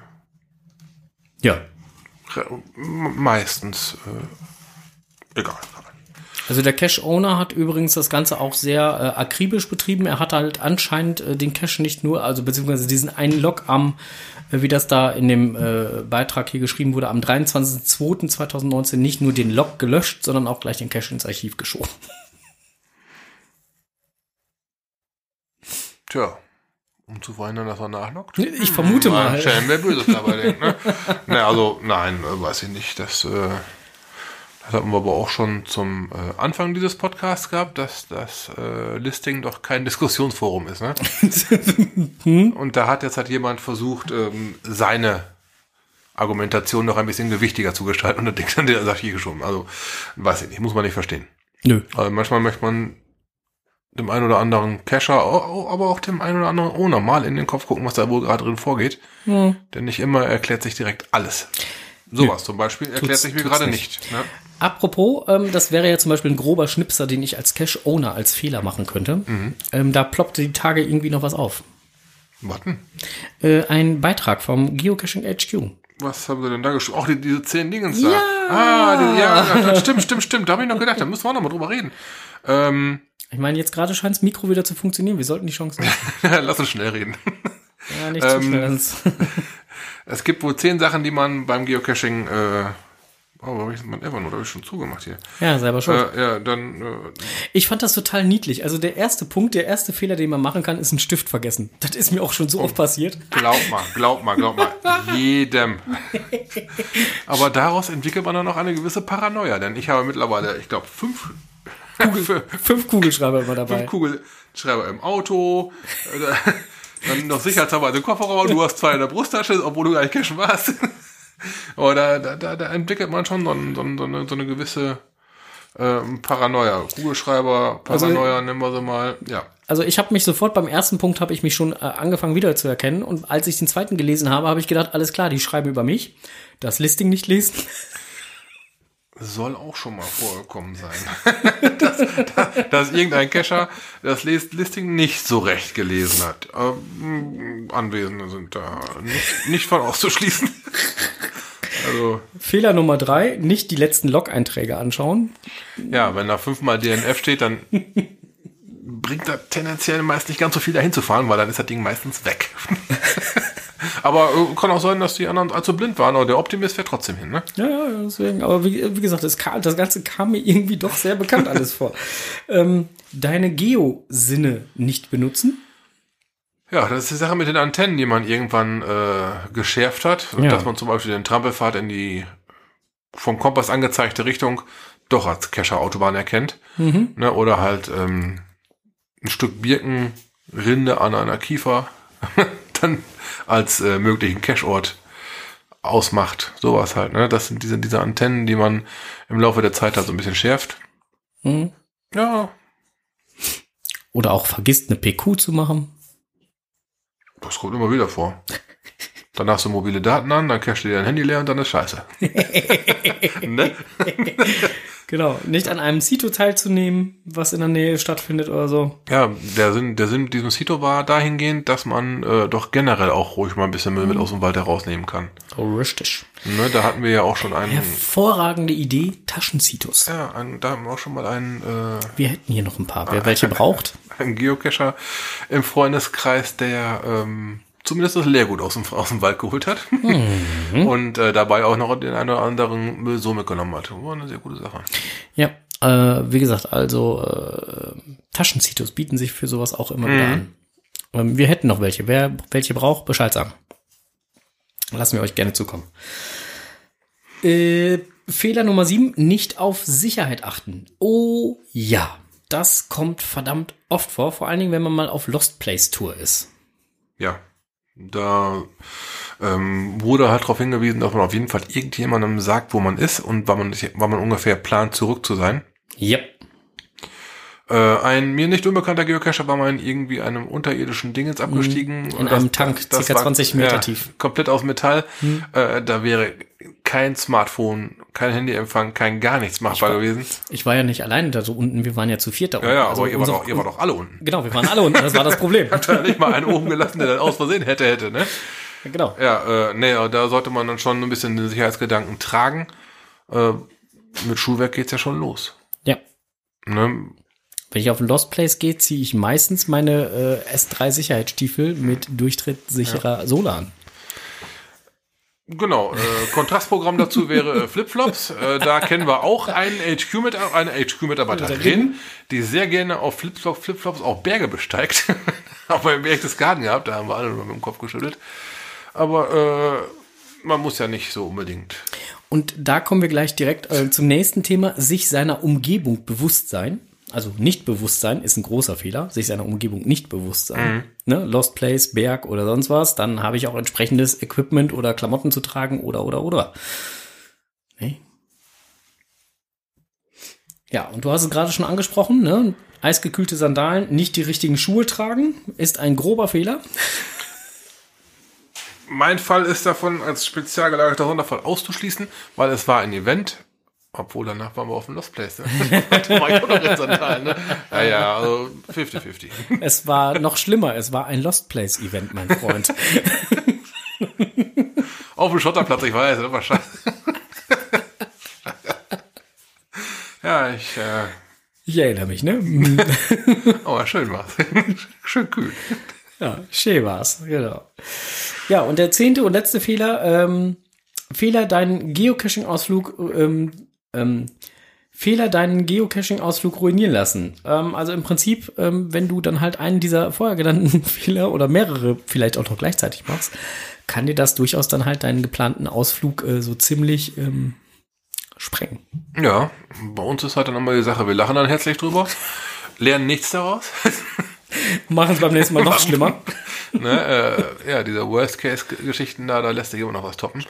meistens egal. Also der Cache-Owner hat übrigens das Ganze auch sehr akribisch betrieben. Er hat halt anscheinend den Cache nicht nur, also beziehungsweise diesen einen Log wie das da in dem Beitrag hier geschrieben wurde, am 23.02.2019 nicht nur den Log gelöscht, sondern auch gleich den Cache ins Archiv geschoben. Tja, um zu verhindern, dass er nachloggt? Ich vermute mal. Schelm, wer Böses dabei denkt, ne? Nein, weiß ich nicht. Das hatten wir aber auch schon zum Anfang dieses Podcasts gehabt, dass das Listing doch kein Diskussionsforum ist, ne? Und da hat jetzt jemand versucht, seine Argumentation noch ein bisschen gewichtiger zu gestalten und das Ding dann ins Archiv geschoben. Also, weiß ich nicht, muss man nicht verstehen. Nö. Also manchmal möchte man dem einen oder anderen Cacher, aber auch dem einen oder anderen Owner mal in den Kopf gucken, was da wohl gerade drin vorgeht. Ja. Denn nicht immer erklärt sich direkt alles. Sowas zum Beispiel erklärt sich mir gerade nicht. Ne? Apropos, das wäre ja zum Beispiel ein grober Schnipser, den ich als Cache-Owner als Fehler machen könnte. Da ploppte die Tage irgendwie noch was auf. Was denn? Ein Beitrag vom Geocaching HQ. Was haben sie denn da geschrieben? Auch diese 10 Dingens da. Ja, stimmt. Da habe ich noch gedacht, da müssen wir auch noch mal drüber reden. Ich meine, jetzt gerade scheint das Mikro wieder zu funktionieren. Wir sollten die Chance haben. Lass uns schnell reden. Ja, nicht zu schnell. Es gibt wohl 10 Sachen, die man beim Geocaching Oh, habe ich mein Evernote habe ich schon zugemacht hier. Ja, selber schuld. Ja, dann. Ich fand das total niedlich. Also der erste Fehler, den man machen kann, ist einen Stift vergessen. Das ist mir auch schon so oft passiert. Glaub mal. Jedem. Aber daraus entwickelt man dann auch eine gewisse Paranoia, denn ich habe mittlerweile, ich glaube, 5 Kugelschreiber immer dabei. 5 Kugelschreiber im Auto, dann noch sicherheitshalber den Kofferraum, du hast 2 in der Brusttasche, obwohl du gar nicht cashen warst. Aber da entwickelt man schon so eine gewisse Paranoia. Kugelschreiber, Paranoia, nennen wir sie mal, ja. Also ich habe mich sofort beim ersten Punkt habe ich mich schon angefangen wiederzuerkennen und als ich den zweiten gelesen habe, habe ich gedacht, alles klar, die schreiben über mich. Das Listing nicht lesen. Soll auch schon mal vorgekommen sein, dass irgendein Cacher das Listing nicht so recht gelesen hat. Anwesende sind da nicht von auszuschließen. Also, Fehler Nummer 3, nicht die letzten Log-Einträge anschauen. Ja, wenn da 5-mal DNF steht, dann bringt das tendenziell meist nicht ganz so viel dahin zu fahren, weil dann ist das Ding meistens weg. Aber kann auch sein, dass die anderen allzu blind waren, aber der Optimist fährt trotzdem hin, ne? Ja, deswegen. Aber wie gesagt, das Ganze kam mir irgendwie doch sehr bekannt alles vor. Deine Geo-Sinne nicht benutzen? Ja, das ist die Sache mit den Antennen, die man irgendwann geschärft hat. Ja. Dass man zum Beispiel den Trampelpfad in die vom Kompass angezeigte Richtung doch als Cacher-Autobahn erkennt. Ne? Oder halt ein Stück Birkenrinde an einer Kiefer dann als möglichen Cache-Ort ausmacht. Sowas halt, ne? Das sind diese Antennen, die man im Laufe der Zeit halt so ein bisschen schärft. Ja. Oder auch vergisst, eine PQ zu machen. Das kommt immer wieder vor. Dann hast du mobile Daten an, dann cachest du dir dein Handy leer und dann ist scheiße. Ne? Genau, nicht an einem Sito teilzunehmen, was in der Nähe stattfindet oder so. Ja, der Sinn mit diesem Sito war dahingehend, dass man doch generell auch ruhig mal ein bisschen Müll mit aus dem Wald herausnehmen kann. Oh, richtig. Ne, da hatten wir ja auch schon einen... Hervorragende Idee, Taschensitos. Ja, da haben wir auch schon mal einen... wir hätten hier noch ein paar, wer welche braucht. Ein Geocacher im Freundeskreis, der... zumindest das Leergut aus dem Wald geholt hat. Und dabei auch noch den einen oder anderen Müll so mitgenommen hat. War eine sehr gute Sache. Ja, wie gesagt, also Taschenzitos bieten sich für sowas auch immer wieder an. Wir hätten noch welche. Wer welche braucht, Bescheid sagen. Lassen wir euch gerne zukommen. Fehler Nummer 7, nicht auf Sicherheit achten. Oh ja, das kommt verdammt oft vor. Vor allen Dingen, wenn man mal auf Lost Place Tour ist. Ja. Da wurde halt darauf hingewiesen, dass man auf jeden Fall irgendjemandem sagt, wo man ist und wann man ungefähr plant, zurück zu sein. Yep. Ein mir nicht unbekannter Geocacher war mal in irgendwie einem unterirdischen Dingens abgestiegen. In einem Tank, ca. 20 Meter tief. Komplett aus Metall. Da wäre kein Smartphone, kein Handyempfang, kein gar nichts machbar gewesen. Ich war ja nicht alleine da so unten, wir waren ja zu viert da unten. Ja, also aber ihr wart doch alle unten. Genau, wir waren alle unten, das war das Problem. Hat ja nicht mal einen oben gelassen, der dann aus Versehen hätte, ne? Genau. Ja, da sollte man dann schon ein bisschen den Sicherheitsgedanken tragen. Mit Schuhwerk geht's ja schon los. Ja. Ne? Wenn ich auf den Lost Place gehe, ziehe ich meistens meine S3 Sicherheitsstiefel mit durchtrittsicherer Sohle an. Genau, Kontrastprogramm dazu wäre Flipflops. Da kennen wir auch eine HQ-Mitarbeiterin, die sehr gerne auf Flipflops auch Berge besteigt. Auch beim Berchtesgaden gehabt, da haben wir alle nur mit dem Kopf geschüttelt. Aber man muss ja nicht so unbedingt. Und da kommen wir gleich direkt zum nächsten Thema, sich seiner Umgebung bewusst sein. Also nicht bewusst sein ist ein großer Fehler, sich seiner Umgebung nicht bewusst sein. Ne? Lost Place, Berg oder sonst was, dann habe ich auch entsprechendes Equipment oder Klamotten zu tragen oder. Nee. Ja, und du hast es gerade schon angesprochen, ne? Eisgekühlte Sandalen, nicht die richtigen Schuhe tragen, ist ein grober Fehler. Mein Fall ist davon als spezial gelagerter Sonderfall auszuschließen, weil es war ein Event. Obwohl, danach waren wir auf dem Lost Place. Ne? Da war ich auch noch in Sandalen, ne? Ja, also 50-50. Es war noch schlimmer. Es war ein Lost Place Event, mein Freund. Auf dem Schotterplatz, ich weiß, das war scheiße. Ja, ich erinnere mich, ne? Oh, schön war's. Schön kühl. Ja, schön war's, genau. Ja, und der 10. und letzte Fehler, Fehler deinen Geocaching-Ausflug ruinieren lassen. Also im Prinzip, wenn du dann halt einen dieser vorher genannten Fehler oder mehrere vielleicht auch noch gleichzeitig machst, kann dir das durchaus dann halt deinen geplanten Ausflug so ziemlich sprengen. Ja, bei uns ist halt dann immer die Sache, wir lachen dann herzlich drüber, lernen nichts daraus. Machen es beim nächsten Mal noch schlimmer. Ne, ja, diese Worst-Case-Geschichten da lässt sich immer noch was toppen.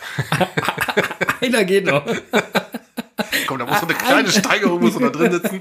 Einer geht noch. Komm, da muss so eine kleine Steigerung muss da drin sitzen.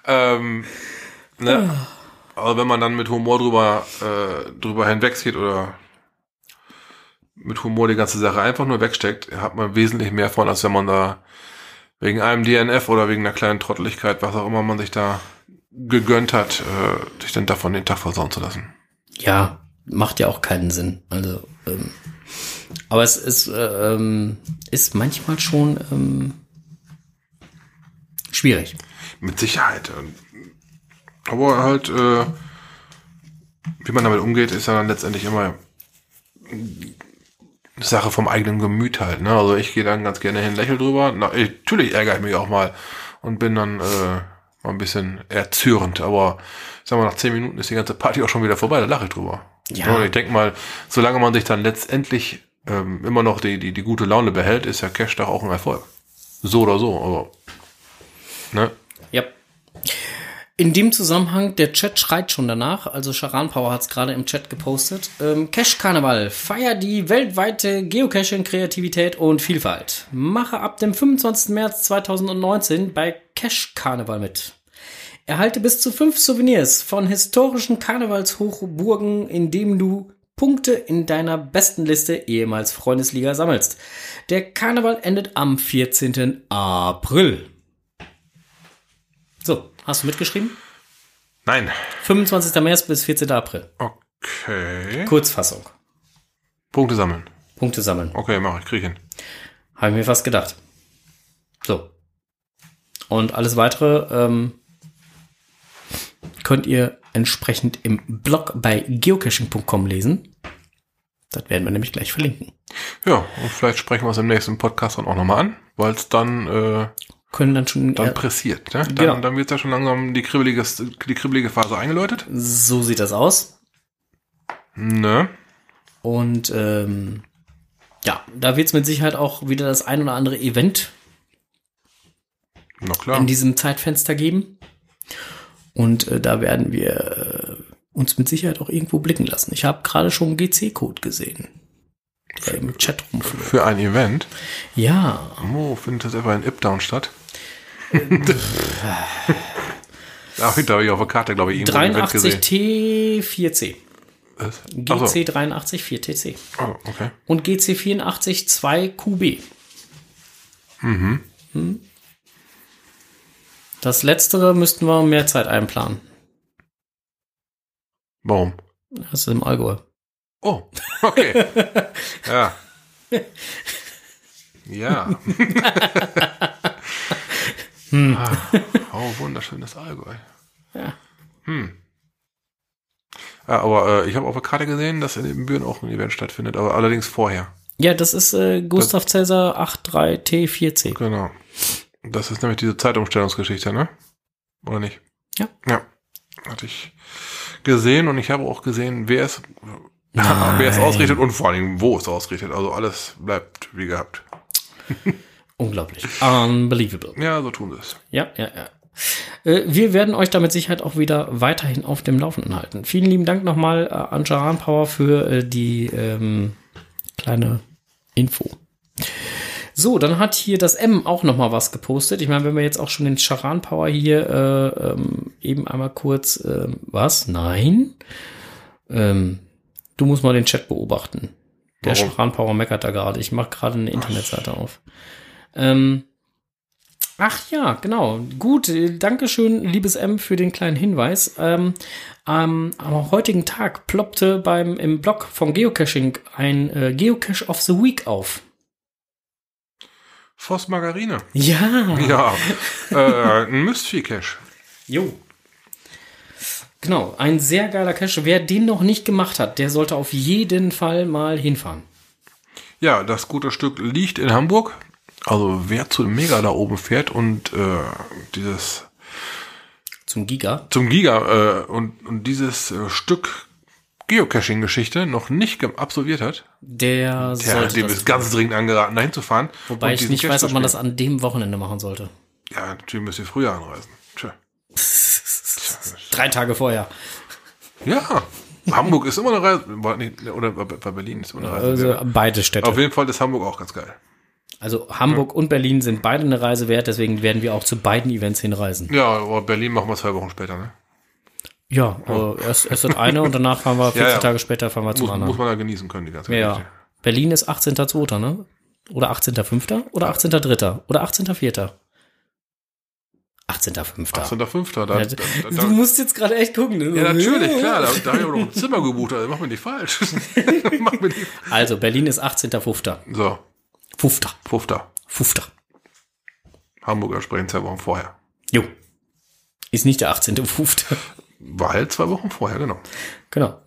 Ne? Aber wenn man dann mit Humor drüber hinweggeht oder mit Humor die ganze Sache einfach nur wegsteckt, hat man wesentlich mehr von, als wenn man da wegen einem DNF oder wegen einer kleinen Trotteligkeit, was auch immer man sich da gegönnt hat, sich dann davon den Tag versauen zu lassen. Ja, macht ja auch keinen Sinn. Also, aber es ist manchmal schon schwierig. Mit Sicherheit. Aber halt, wie man damit umgeht, ist ja dann letztendlich immer eine Sache vom eigenen Gemüt halt. Ne? Also ich gehe dann ganz gerne hin, lächel drüber. Natürlich ärgere ich mich auch mal und bin dann mal ein bisschen erzürnt. Aber sagen wir, nach 10 Minuten ist die ganze Party auch schon wieder vorbei. Da lache ich drüber. Ja. Und ich denke mal, solange man sich dann letztendlich immer noch die gute Laune behält, ist ja Cash-Tag auch ein Erfolg. So oder so, aber ne? Ja. In dem Zusammenhang, der Chat schreit schon danach, also Charan Power hat es gerade im Chat gepostet. Cache Karneval, feier die weltweite Geocaching-Kreativität und Vielfalt. Mache ab dem 25. März 2019 bei Cache Karneval mit. Erhalte bis zu 5 Souvenirs von historischen Karnevalshochburgen, indem du Punkte in deiner besten Liste ehemals Freundesliga sammelst. Der Karneval endet am 14. April. So, hast du mitgeschrieben? Nein. 25. März bis 14. April. Okay. Kurzfassung. Punkte sammeln. Okay, mach ich, krieg ich hin. Habe ich mir fast gedacht. So. Und alles weitere könnt ihr entsprechend im Blog bei geocaching.com lesen. Das werden wir nämlich gleich verlinken. Ja, und vielleicht sprechen wir es im nächsten Podcast dann auch nochmal an, weil es dann können dann schon pressiert. Ne? Genau. Dann wird ja schon langsam die kribbelige Phase eingeläutet. So sieht das aus. Ne? Und ja, da wird es mit Sicherheit auch wieder das ein oder andere Event Na klar. in diesem Zeitfenster geben. Und da werden wir uns mit Sicherheit auch irgendwo blicken lassen. Ich habe gerade schon einen GC-Code gesehen, der im Chat rumflog. Für ein Event? Ja. Oh, findet das etwa in Iptown statt? Da habe ich auf der Karte, glaube ich, irgendwo ein Event gesehen. 83T4C. Was? GC 83 4TC. Oh, okay. Und GC 84 2QB. Mhm. Das letztere müssten wir mehr Zeit einplanen. Warum? Das ist im Allgäu. Oh, okay. Ja. Ja. Oh, wunderschönes Allgäu. Ja. Ja, aber ich habe auf der Karte gesehen, dass in Ibbenbüren auch ein Event stattfindet, aber allerdings vorher. Ja, das ist Gustav Cäsar 83T4C. Genau. Das ist nämlich diese Zeitumstellungsgeschichte, ne? Oder nicht? Ja. Ja. Hatte ich gesehen und ich habe auch gesehen, wer es ausrichtet und vor allem, wo es ausrichtet. Also alles bleibt wie gehabt. Unglaublich. Unbelievable. Ja, so tun sie es. Ja. Wir werden euch damit Sicherheit auch wieder weiterhin auf dem Laufenden halten. Vielen lieben Dank nochmal an Charan Power für die kleine Info. So, dann hat hier das M auch nochmal was gepostet. Ich meine, wenn wir jetzt auch schon den Charan Power hier eben einmal kurz was? Nein? Du musst mal den Chat beobachten. Der Charan Power meckert da gerade. Ich mache gerade eine Internetseite auf. Ach ja, genau. Gut, Dankeschön, liebes M, für den kleinen Hinweis. Am heutigen Tag ploppte im Blog von Geocaching ein Geocache of the Week auf. Voss Margarine. Ja. Ja. Ein Mystery-Cache. Jo. Genau, ein sehr geiler Cache. Wer den noch nicht gemacht hat, der sollte auf jeden Fall mal hinfahren. Ja, das gute Stück liegt in Hamburg. Also wer zu Mega da oben fährt und Zum Giga. und dieses Stück Geocaching-Geschichte noch nicht absolviert hat, Der sollte dem das ist ganz dringend angeraten, dahin zu fahren. Wobei ich nicht weiß, ob man das an dem Wochenende machen sollte. Ja, natürlich müsst ihr früher anreisen. Tja. 3 Tage vorher. Ja, Hamburg ist immer eine Reise, oder bei Berlin ist immer eine Reise. Also beide Städte. Auf jeden Fall ist Hamburg auch ganz geil. Also Hamburg und Berlin sind beide eine Reise wert, deswegen werden wir auch zu beiden Events hinreisen. Ja, aber Berlin machen wir 2 Wochen später, ne? Ja, erst das eine und danach fahren wir 14 Ja. Tage später fahren wir zum anderen. Muss man da genießen können, die ganze Ja, Geschichte. Berlin ist 18.02., ne? Oder 18.05. oder 18.03. oder 18.04. 18.05. 18.05. Du musst jetzt gerade echt gucken. Ne? Ja, natürlich, klar. Da habe ich auch noch ein Zimmer gebucht. Also mach mir nicht falsch. Also, Berlin ist 18.05. So, 5. 5. Hamburg entsprechend 2 Wochen vorher. Jo. Ist nicht der 18.05. War halt 2 Wochen vorher, genau. Genau.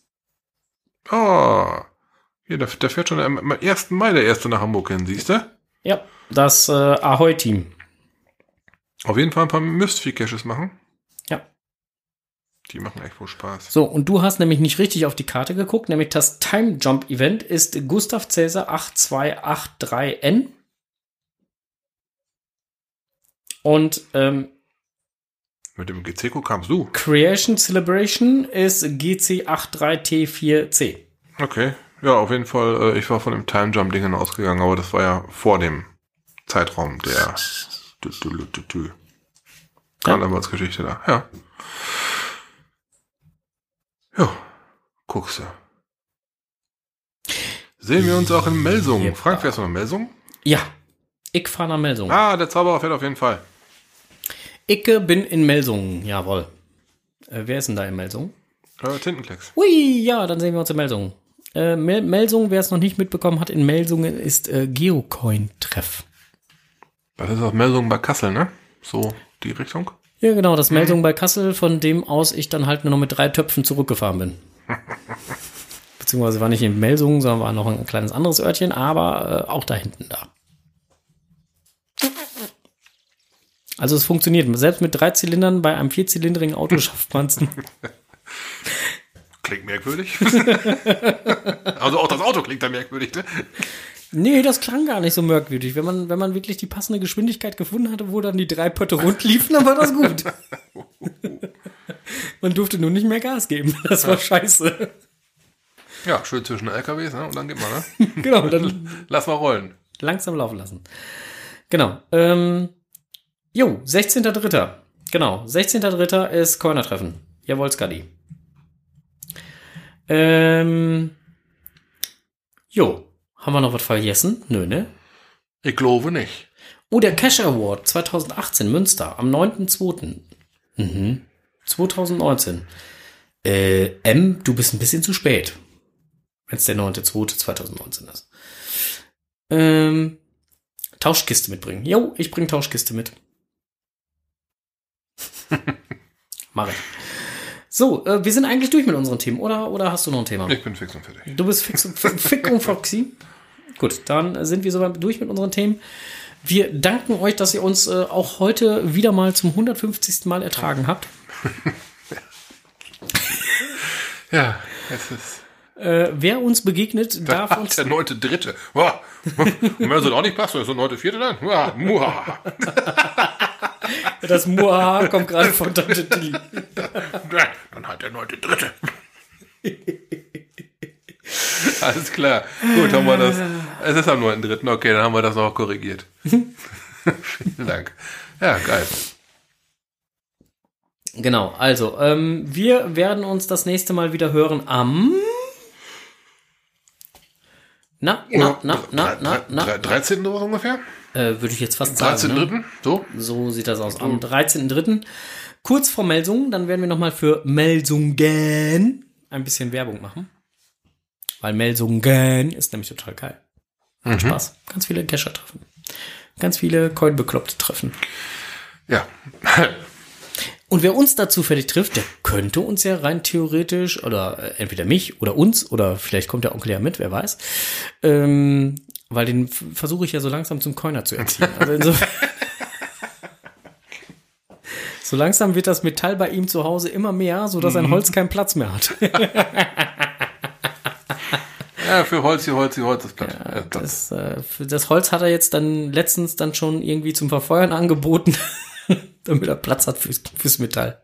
Ah, hier, da fährt schon am 1. Mai der Erste nach Hamburg hin, siehst du? Ja, das Ahoi-Team. Auf jeden Fall ein paar Mystery-Caches machen. Ja. Die machen echt wohl Spaß. So, und du hast nämlich nicht richtig auf die Karte geguckt, nämlich das Time Jump Event ist Gustav Cäsar 8283N. Und Mit dem GC-Code kamst du. Creation Celebration ist GC83T4C. Okay. Ja, auf jeden Fall, ich war von dem Time-Jump-Ding ausgegangen, aber das war ja vor dem Zeitraum der Karnevalsgeschichte da. Ja. Ja, guckst du. Sehen wir uns auch in Melsungen. Ja. Frank, fährst du nach Melsungen? Ja, ich fahre nach Melsungen. Ah, der Zauberer fährt auf jeden Fall. Ich bin in Melsungen, jawohl. Wer ist denn da in Melsungen? Tintenklecks. Hui, ja, dann sehen wir uns in Melsungen. Melsungen, wer es noch nicht mitbekommen hat, in Melsungen ist Geocoin-Treff. Das ist aus Melsungen bei Kassel, ne? So die Richtung. Ja, genau, das Melsungen bei Kassel, von dem aus ich dann halt nur noch mit 3 Töpfen zurückgefahren bin. Beziehungsweise war nicht in Melsungen, sondern war noch ein kleines anderes Örtchen, aber auch da hinten da. Also es funktioniert. Selbst mit 3 Zylindern bei einem 4-zylindrigen Auto schafft man es. Klingt merkwürdig. Also auch das Auto klingt da merkwürdig, ne? Nee, das klang gar nicht so merkwürdig. Wenn man wirklich die passende Geschwindigkeit gefunden hatte, wo dann die 3 Pötte rund liefen, dann war das gut. Man durfte nur nicht mehr Gas geben. Das war scheiße. Ja, schön zwischen den LKWs, ne? Und dann geht man, ne? Genau, dann Lass mal rollen. langsam laufen lassen. Genau. 16.03. Genau, 16.03. ist Corner-Treffen. Jawohl, Skadi. Haben wir noch was vergessen? Nö, ne? Ich glaube nicht. Oh, der Cash Award 2018 Münster am 9.2. 2019. Du bist ein bisschen zu spät. Wenn es der 9.2.2019 ist. Tauschkiste mitbringen. Jo, ich bring Tauschkiste mit. Mach ich. So, wir sind eigentlich durch mit unseren Themen, oder hast du noch ein Thema? Ich bin fix und fertig. Du bist fix und foxy. Gut, dann sind wir soweit durch mit unseren Themen. Wir danken euch, dass ihr uns auch heute wieder mal zum 150. Mal ertragen habt. Ja, es ist... Wer uns begegnet, darf uns... Der 9.3. Wow. Und wenn das auch nicht passt, dann ist der 9.4. dann. Wow. Muah. Das Muaha kommt gerade von Tante Tilly. Dann halt der 9.3. Alles klar. Gut, haben wir das. Es ist am 9.3. Okay, dann haben wir das noch korrigiert. Vielen Dank. Ja, geil. Genau, also, wir werden uns das nächste Mal wieder hören am... 13. Uhr ungefähr? Würde ich jetzt fast sagen. 13.3. Ne? So? So sieht das aus. Am 13.3. Kurz vor Melsungen, dann werden wir nochmal für Melsungen ein bisschen Werbung machen. Weil Melsungen ist nämlich total geil. Macht Spaß. Ganz viele Cacher treffen. Ganz viele Coin-Bekloppte treffen. Ja. Und wer uns da zufällig trifft, der könnte uns ja rein theoretisch, oder entweder mich oder uns, oder vielleicht kommt der Onkel ja mit, wer weiß. Weil den versuche ich ja so langsam zum Coiner zu erziehen. Also insofern, so langsam wird das Metall bei ihm zu Hause immer mehr, sodass sein Holz keinen Platz mehr hat. Ja, für Holz ist Platz. Das Holz hat er jetzt dann letztens dann schon irgendwie zum Verfeuern angeboten, damit er Platz hat fürs Metall.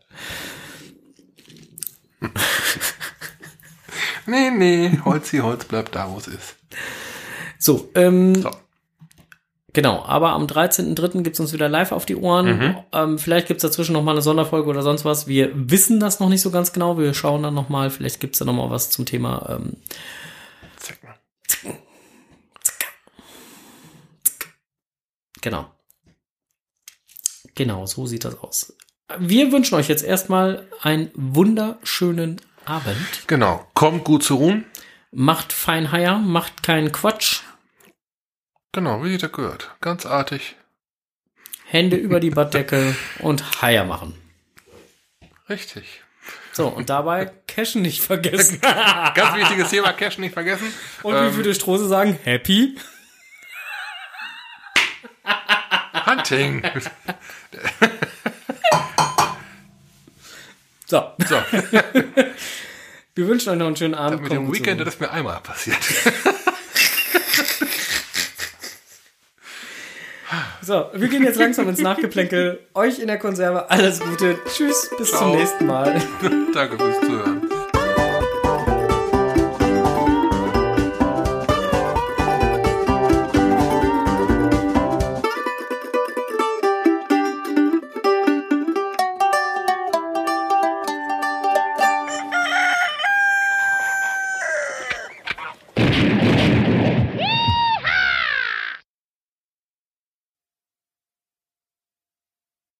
Nee, Holz bleibt da, wo es ist. So. Genau, aber am 13.03. gibt's uns wieder live auf die Ohren. Vielleicht gibt's dazwischen noch mal eine Sonderfolge oder sonst was. Wir wissen das noch nicht so ganz genau. Wir schauen dann noch mal. Vielleicht gibt's da noch mal was zum Thema Zecken. Genau, so sieht das aus. Wir wünschen euch jetzt erstmal einen wunderschönen Abend. Genau, kommt gut zu ruhen. Macht fein Heier, macht keinen Quatsch. Genau, wie das gehört. Ganz artig. Hände über die Bettdecke und Heier machen. Richtig. So, und dabei Cashen nicht vergessen. Ganz wichtiges Thema, Cashen nicht vergessen. Und wie würde Strose sagen? Happy? Hunting. So. Wir wünschen euch noch einen schönen Abend. Mit dem Weekend, das ist mir einmal passiert. So, wir gehen jetzt langsam ins Nachgeplänkel. Euch in der Konserve alles Gute. Tschüss, bis zum nächsten Mal. Danke fürs Zuhören.